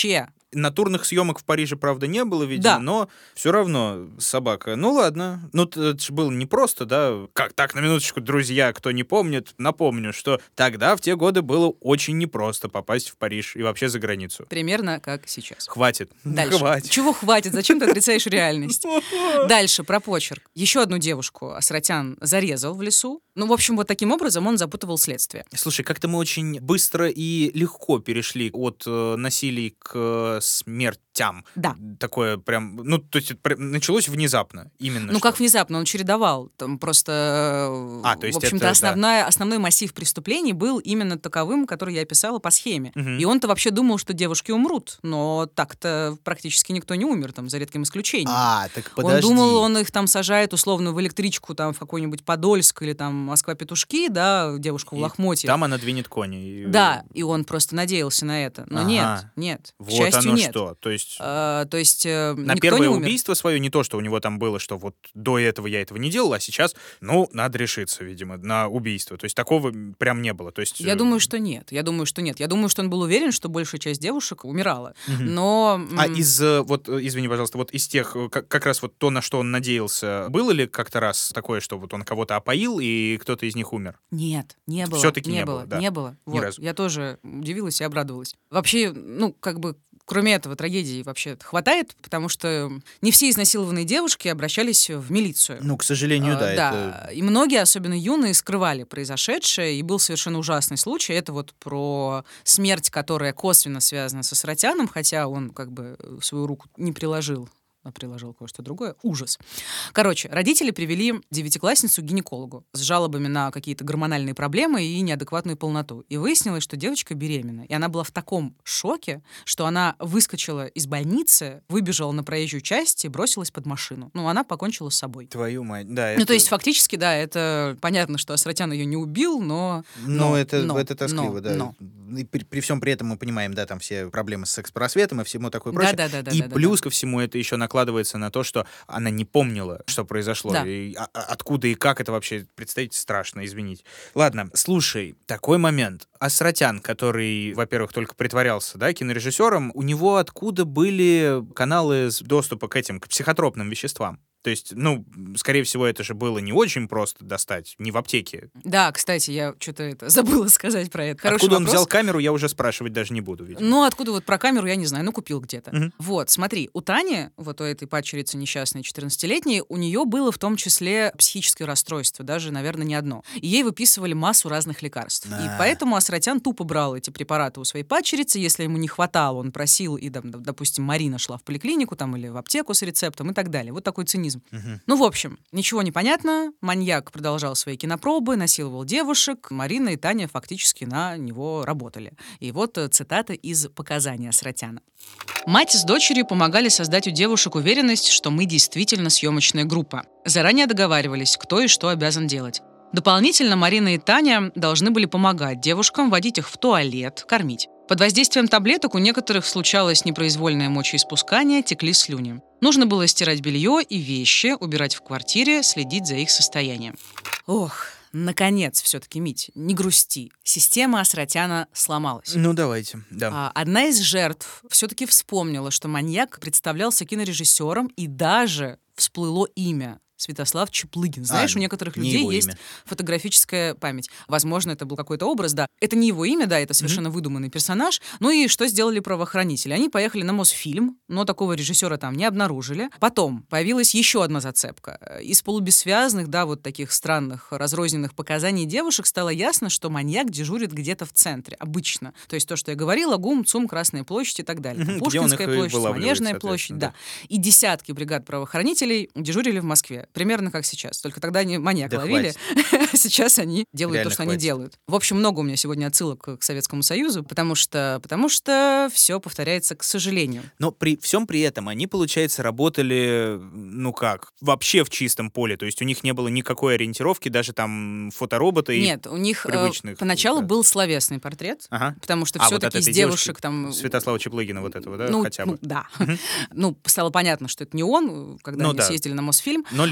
Натурных съемок в Париже, правда, не было, видимо, Да. но все равно собака. Ну ладно. Ну, это же было непросто, да? Как так, на минуточку, друзья, кто не помнит, напомню, что тогда, в те годы, было очень непросто попасть в Париж и вообще за границу. Примерно как сейчас. Хватит. Дальше. Хватит. Чего хватит? Зачем ты отрицаешь реальность? Дальше, про почерк. Еще одну девушку Асратян зарезал в лесу. Ну, в общем, вот таким образом он запутывал следствие. Слушай, как-то мы очень быстро и легко перешли от э, насилий к э, смертям. Да. Такое прям, ну, то есть это прям началось внезапно, именно. Ну, что. как внезапно, он чередовал. Там просто, э, А, то есть в общем-то, это, основная, основной массив преступлений был именно таковым, который я описала по схеме. Мгм. И он-то вообще думал, что девушки умрут, но так-то практически никто не умер, там, за редким исключением. А, так Он подожди. думал, он их там сажает условно в электричку там в какой-нибудь Подольск или там Москва-Петушки, да, девушку в И лохмотье. Там она двинет кони. и- Да, и он просто надеялся на это. Но Ага. нет, нет, к Вот счастью, оно нет. что. То есть А, то есть э, на никто первое не умер. убийство свое не то, что у него там было, что вот до этого я этого не делал, а сейчас, ну, надо решиться, видимо, на убийство. То есть такого прям не было. То есть, Я э, думаю, что нет. Я думаю, что нет. Я думаю, что он был уверен, что большая часть девушек умирала. Мгм. Но... А м, из, э, вот, э, извини, пожалуйста, вот из тех, э, как, как раз вот то, на что он надеялся, было ли как-то раз такое, что вот он кого-то опоил, и кто-то из них умер? Нет, не было. Всё-таки не не было. было, да. Не было. Ни Вот. разу. Я тоже удивилась и обрадовалась. Вообще, ну, как бы, кроме этого, трагедии вообще хватает, потому что не все изнасилованные девушки обращались в милицию. Ну, к сожалению, А, да. да, Это... и многие, особенно юные, скрывали произошедшее, и был совершенно ужасный случай. Это вот про смерть, которая косвенно связана со Асратяном, хотя он как бы свою руку не приложил, а приложил кое-что другое. Ужас. Короче, родители привели девятиклассницу к гинекологу с жалобами на какие-то гормональные проблемы и неадекватную полноту. И выяснилось, что девочка беременна. И она была в таком шоке, что она выскочила из больницы, выбежала на проезжую часть и бросилась под машину. Ну, она покончила с собой. Твою мать, да. Ну, то есть, фактически, да, это понятно, что Асратян ее не убил, но... Ну, но- это, но- это тоскливо, но- да. но. И при, при всем при этом мы понимаем, да, там все проблемы с секс-просветом и всему такое прочее. Да-да-да-да-да-да. И плюс ко всему это еще накладывается на то, что она не помнила, что произошло. Да. И а- а- откуда и как это вообще, представить, страшно, извините. Ладно, слушай, такой момент. Асратян, который, во-первых, только притворялся, да, кинорежиссером, у него откуда были каналы с доступа к этим, к психотропным веществам? То есть, ну, скорее всего, это же было не очень просто достать, не в аптеке. Да, кстати, я что-то это забыла сказать про это. Хороший Откуда он вопрос. взял камеру, я уже спрашивать даже не буду, видимо. Ну, откуда вот про камеру, я не знаю, ну, купил где-то. Мгм. Вот, смотри, у Тани, вот у этой падчерицы несчастной четырнадцатилетней, у нее было в том числе психическое расстройство, даже, наверное, не одно. И ей выписывали массу разных лекарств. А. И поэтому Асратян тупо брал эти препараты у своей падчерицы, если ему не хватало, он просил, и, там, допустим, Марина шла в поликлинику там, или в аптеку с рецептом и так далее. Вот такой цинизм. Мгм. Ну, в общем, ничего не понятно. Маньяк продолжал свои кинопробы, насиловал девушек. Марина и Таня фактически на него работали. И вот э, цитата из показаний Асратяна. Мать с дочерью помогали создать у девушек уверенность, что мы действительно съемочная группа. Заранее договаривались, кто и что обязан делать. Дополнительно Марина и Таня должны были помогать девушкам, водить их в туалет, кормить. Под воздействием таблеток у некоторых случалось непроизвольное мочеиспускание, текли слюни. Нужно было стирать белье и вещи, убирать в квартире, следить за их состоянием. Ох, наконец, все-таки, Мить, не грусти. Система Асратяна сломалась. Ну, давайте, да. А, Одна из жертв все-таки вспомнила, что маньяк представлялся кинорежиссером, и даже всплыло имя. Святослав Чаплыгин. Знаешь, А, у некоторых не людей его есть имя. фотографическая память. Возможно, это был какой-то образ, да. Это не его имя, да, это совершенно выдуманный персонаж. Ну и что сделали правоохранители? Они поехали на Мосфильм, но такого режиссера там не обнаружили. Потом появилась еще одна зацепка. Из полубессвязных, да, вот таких странных, разрозненных показаний девушек стало ясно, что маньяк дежурит где-то в центре, обычно. То есть то, что я говорила, ГУМ, ЦУМ, Красная площадь и так далее. Там Мгм, где он их Пушкинская и площадь, вылавливает, Манежная соответственно, площадь, да. да. И десятки бригад правоохранителей дежурили в Москве. Примерно как сейчас. Только тогда они маньяка Да ловили, а сейчас они делают Реально то, что они хватит. делают. В общем, много у меня сегодня отсылок к Советскому Союзу, потому что, потому что все повторяется, к сожалению. Но при всем при этом они, получается, работали, ну как, вообще в чистом поле. То есть у них не было никакой ориентировки, даже там фоторобота и... Нет, у них э, привычных, поначалу да. был словесный портрет, Ага. потому что А, вот все-таки от из этой девушек девушки, там... Святослава Чаплыгина вот этого, да, ну, хотя ну, бы? да. Ну, стало понятно, что это не он, когда Ну они да. съездили на Мосфильм. Но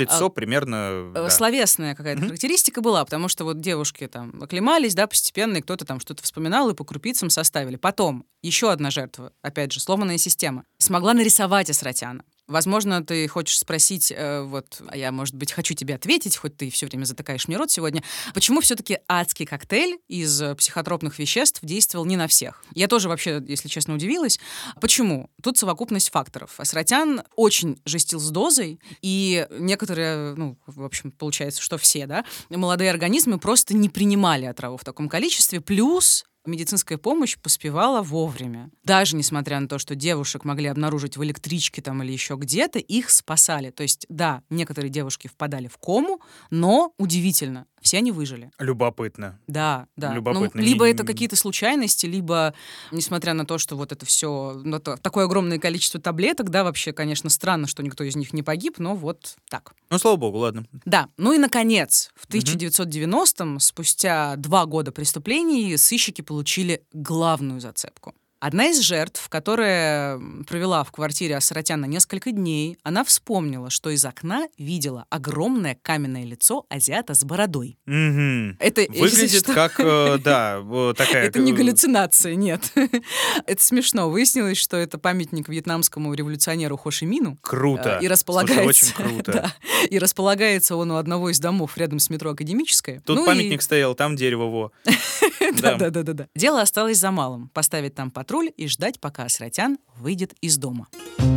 лицо а, примерно... Да. Словесная какая-то mm-hmm. характеристика была, потому что вот девушки там оклемались, да, постепенно, и кто-то там что-то вспоминал и по крупицам составили. Потом еще одна жертва, опять же, сломанная система, смогла нарисовать Асратяна. Возможно, ты хочешь спросить, э, вот, а я, может быть, хочу тебе ответить, хоть ты все время затыкаешь мне рот сегодня, почему все-таки адский коктейль из психотропных веществ действовал не на всех? Я тоже вообще, если честно, удивилась. Почему? Тут совокупность факторов. Асратян очень жестил с дозой, и некоторые, ну, в общем, получается, что все, да, молодые организмы просто не принимали отраву в таком количестве, плюс... медицинская помощь поспевала вовремя. Даже несмотря на то, что девушек могли обнаружить в электричке там или еще где-то, их спасали. То есть, да, некоторые девушки впадали в кому, но удивительно, все они выжили. Любопытно. Да, да. Любопытно. Ну, либо Не... это какие-то случайности, либо, несмотря на то, что вот это все, ну, то, такое огромное количество таблеток, да, вообще, конечно, странно, что никто из них не погиб, но вот так. Ну, слава богу, ладно. Да. Ну и, наконец, в тысяча девятьсот девяностом, спустя два года преступлений, сыщики получили главную зацепку. Одна из жертв, которая провела в квартире Асратяна несколько дней, она вспомнила, что из окна видела огромное каменное лицо азиата с бородой. Mm-hmm. Это выглядит что... как, э, да, такая... Это не галлюцинация, нет. Это смешно. Выяснилось, что это памятник вьетнамскому революционеру Хо Ши Мину. Круто. И располагается... Слушай, очень круто. Да. И располагается он у одного из домов рядом с метро Академическое. Тут ну памятник и... стоял, там дерево, во. Да-да-да. Дело осталось за малым. Поставить там патруль и ждать, пока Асратян выйдет из дома.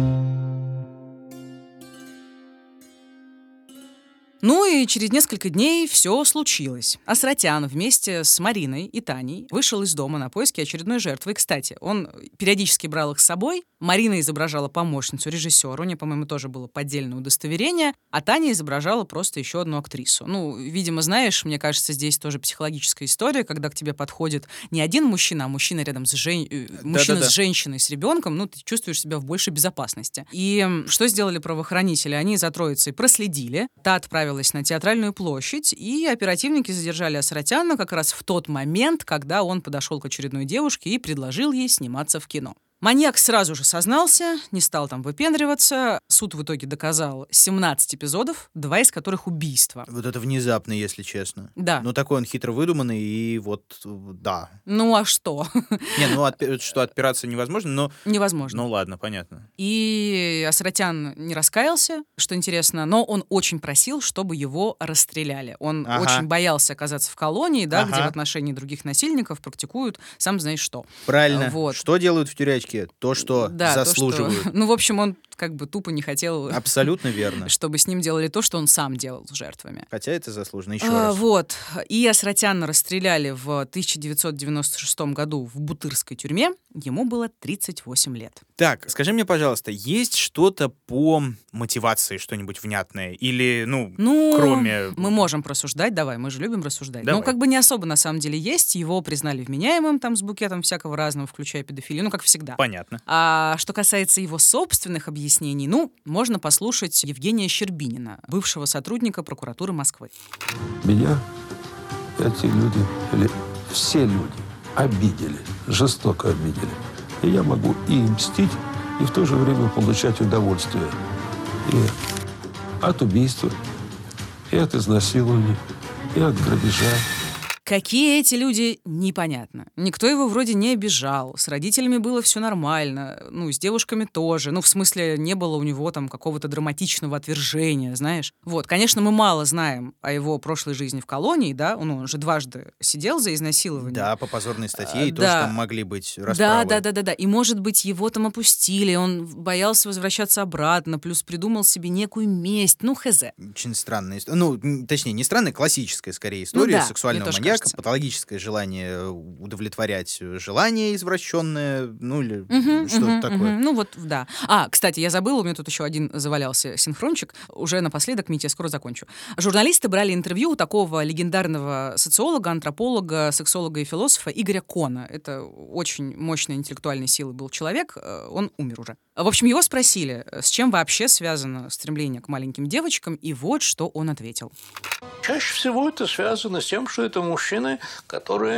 Ну и через несколько дней все случилось. Асратян вместе с Мариной и Таней вышел из дома на поиски очередной жертвы. И, кстати, он периодически брал их с собой. Марина изображала помощницу режиссера, у нее, по-моему, тоже было поддельное удостоверение, а Таня изображала просто еще одну актрису. Ну, видимо, знаешь, мне кажется, здесь тоже психологическая история, когда к тебе подходит не один мужчина, а мужчина рядом с жен... мужчина с женщиной, с ребенком, ну, ты чувствуешь себя в большей безопасности. И что сделали правоохранители? Они за троицей проследили, та отправилась на Театральную площадь, и оперативники задержали Асратяна как раз в тот момент, когда он подошел к очередной девушке и предложил ей сниматься в кино. Маньяк сразу же сознался, не стал там выпендриваться. Суд в итоге доказал семнадцать эпизодов, два из которых убийства. Вот это внезапно, если честно. Да. Ну, такой он хитро выдуманный, и вот, да. Ну, а что? Не, ну, отпи- что отпираться невозможно, но... Невозможно. Ну, ладно, понятно. И Асратян не раскаялся, что интересно, но он очень просил, чтобы его расстреляли. Он ага. очень боялся оказаться в колонии, да, ага. где в отношении других насильников практикуют сам знаешь что. Правильно. Вот. Что делают в тюрячке? То, что да, заслуживают. То, что... Ну, в общем, он как бы тупо не хотел... Абсолютно верно. Чтобы с ним делали то, что он сам делал с жертвами. Хотя это заслуженно. Еще а, раз. Вот. И Асратяна расстреляли в тысяча девятьсот девяносто шестом году в Бутырской тюрьме. Ему было тридцать восемь лет. Так, скажи мне, пожалуйста, есть что-то по мотивации, что-нибудь внятное? Или, ну, ну кроме... мы можем просуждать, давай, мы же любим рассуждать. Давай. Ну, как бы не особо на самом деле есть. Его признали вменяемым там с букетом всякого разного, включая педофилию. Ну, как всегда. Понятно. А что касается его собственных объяснений, ну, можно послушать Евгения Щербинина, бывшего сотрудника прокуратуры Москвы. Меня эти люди, или все люди, обидели, жестоко обидели. И я могу и мстить, и в то же время получать удовольствие. И от убийства, и от изнасилования, и от грабежа. Какие эти люди, непонятно. Никто его вроде не обижал, с родителями было все нормально, ну, с девушками тоже. Ну, в смысле, не было у него там какого-то драматичного отвержения, знаешь. Вот, конечно, мы мало знаем о его прошлой жизни в колонии, да, ну, он же дважды сидел за изнасилование. Да, по позорной статье, а, и да. тоже там могли быть расправы. Да, да, да, да, да. И, может быть, его там опустили, он боялся возвращаться обратно, плюс придумал себе некую месть, ну, хз. Очень странная история. Ну, точнее, не странная, классическая, скорее, история ну, да, сексуального маньяка. Кажется. Патологическое желание удовлетворять желание извращенное, ну или угу, что-то угу, такое. Угу, ну вот, да. А, кстати, я забыла, у меня тут еще один завалялся синхрончик. Уже напоследок, Митя, я скоро закончу. Журналисты брали интервью у такого легендарного социолога, антрополога, сексолога и философа Игоря Кона. Это очень мощной интеллектуальной силы был человек, он умер уже. В общем, его спросили, с чем вообще связано стремление к маленьким девочкам, и вот что он ответил. Чаще всего это связано с тем, что это мужчины, которые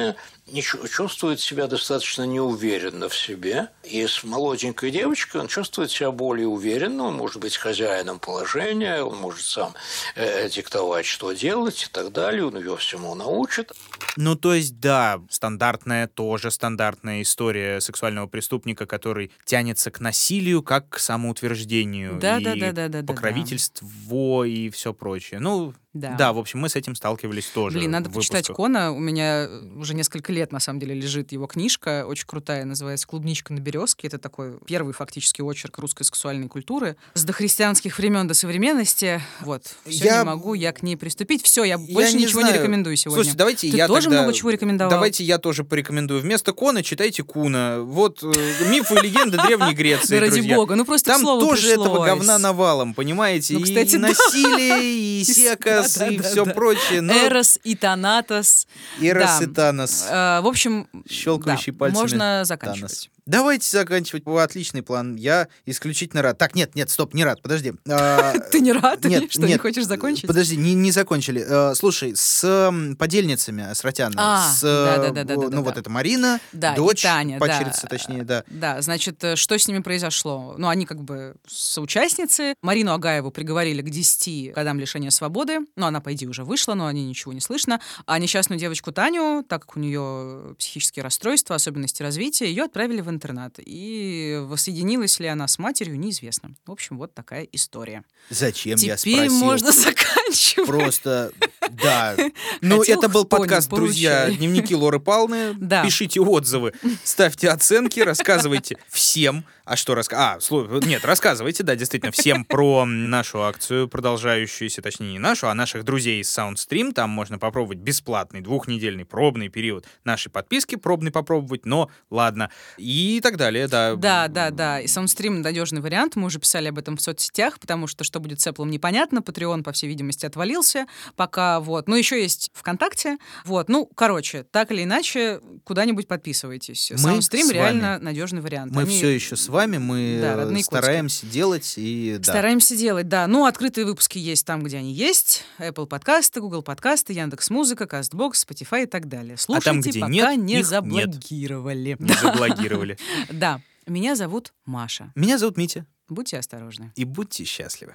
не чувствует себя достаточно неуверенно в себе. И с молоденькой девочкой он чувствует себя более уверенно, он может быть хозяином положения, он может сам э, диктовать, что делать и так далее, он ее всему научит. Ну, то есть, да, стандартная, тоже стандартная история сексуального преступника, который тянется к насилию, как к самоутверждению. Да, и да, да, да, да, да, покровительство и все прочее. Ну, Да. да, в общем, мы с этим сталкивались тоже. Блин, надо в почитать выпусках. Кона. У меня уже несколько лет, на самом деле, лежит его книжка, очень крутая, называется «Клубничка на березке». Это такой первый фактически очерк русской сексуальной культуры. С дохристианских времен до современности. Вот. Все Я- не могу я к ней приступить. Все, я больше не ничего не знаю. рекомендую сегодня. Слушайте, давайте Ты я тоже тогда- много чего рекомендовал? Давайте я тоже порекомендую. Вместо Кона читайте Куна. Вот э, мифы и легенды Древней Греции, Да ради друзья. бога, ну просто к Там слову тоже этого пришлось. говна навалом, понимаете? Ну, кстати, и да. насилие, и секас, Да, да, и да, все да. прочее. Но... Эрос и Танатос. Эрос Да. и Танос. Э, В общем, Щелкающий да, пальцами можно Танос. заканчивать. Давайте заканчивать. О, отличный план. Я исключительно рад. Так, нет, нет, стоп, не рад, подожди. А, Ты не рад? Нет, или что, не нет, хочешь закончить? Подожди, не, не закончили. Э, слушай, с м, подельницами Асратяна, А, с, да-да-да-да-да-да. э, ну вот это Марина, Да, и дочь, Таня, падчерица, да. точнее, да. Да, значит, э, что с ними произошло? Ну, они как бы соучастницы. Марину Агаеву приговорили к десяти годам лишения свободы. Ну, она, по идее, уже вышла, но о ней ничего не слышно. А несчастную девочку Таню, так как у нее психические расстройства, особенности развития, ее отправили в интернат. И воссоединилась ли она с матерью, неизвестно. В общем, вот такая история. Зачем я Теперь спросил? можно заканчивать. Просто, да. Ну, Хотел это был кто, не подкаст, друзья, получай. дневники Лоры Павловны. Да. Пишите отзывы, ставьте оценки, рассказывайте всем. А что рассказывать? А, слу- нет, рассказывайте, да, действительно, всем про нашу акцию, продолжающуюся, точнее, не нашу, а наших друзей из SoundStream. Там можно попробовать бесплатный двухнедельный пробный период нашей подписки, пробный попробовать, но ладно. И так далее, да. Да, да, да. И SoundStream — надежный вариант. Мы уже писали об этом в соцсетях, потому что что будет с Apple, непонятно. Patreon, по всей видимости, отвалился пока. Вот. Но еще есть ВКонтакте. Вот. Ну, короче, так или иначе, куда-нибудь подписывайтесь. Мы SoundStream с реально вами. надежный вариант. Мы Они все еще с вами, мы Да, э, родные стараемся делать и да. Стараемся делать, да. Ну, открытые выпуски есть там, где они есть. Apple подкасты, Google подкасты, Яндекс.Музыка, Castbox, Spotify и так далее. Слушайте, там, где пока нет, не их нет. заблокировали. Не заблокировали. Да. Меня зовут Маша. Меня зовут Митя. Будьте осторожны. И будьте счастливы.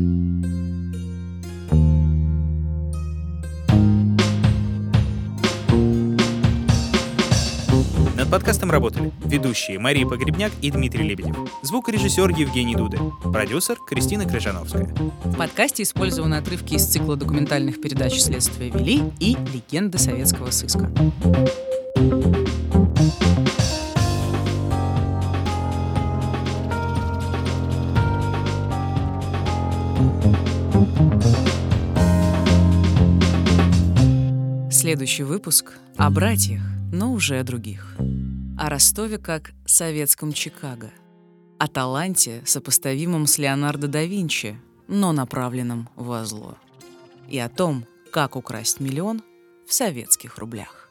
Над подкастом работали ведущие Мария Погребняк и Дмитрий Лебедев, звукорежиссер Евгений Дуды, продюсер Кристина Крыжановская. В подкасте использованы отрывки из цикла документальных передач «Следствие вели» и «Легенды советского сыска». Следующий выпуск о братьях, но уже о других. О Ростове как советском Чикаго. О таланте, сопоставимом с Леонардо да Винчи, но направленном во зло. И о том, как украсть миллион в советских рублях.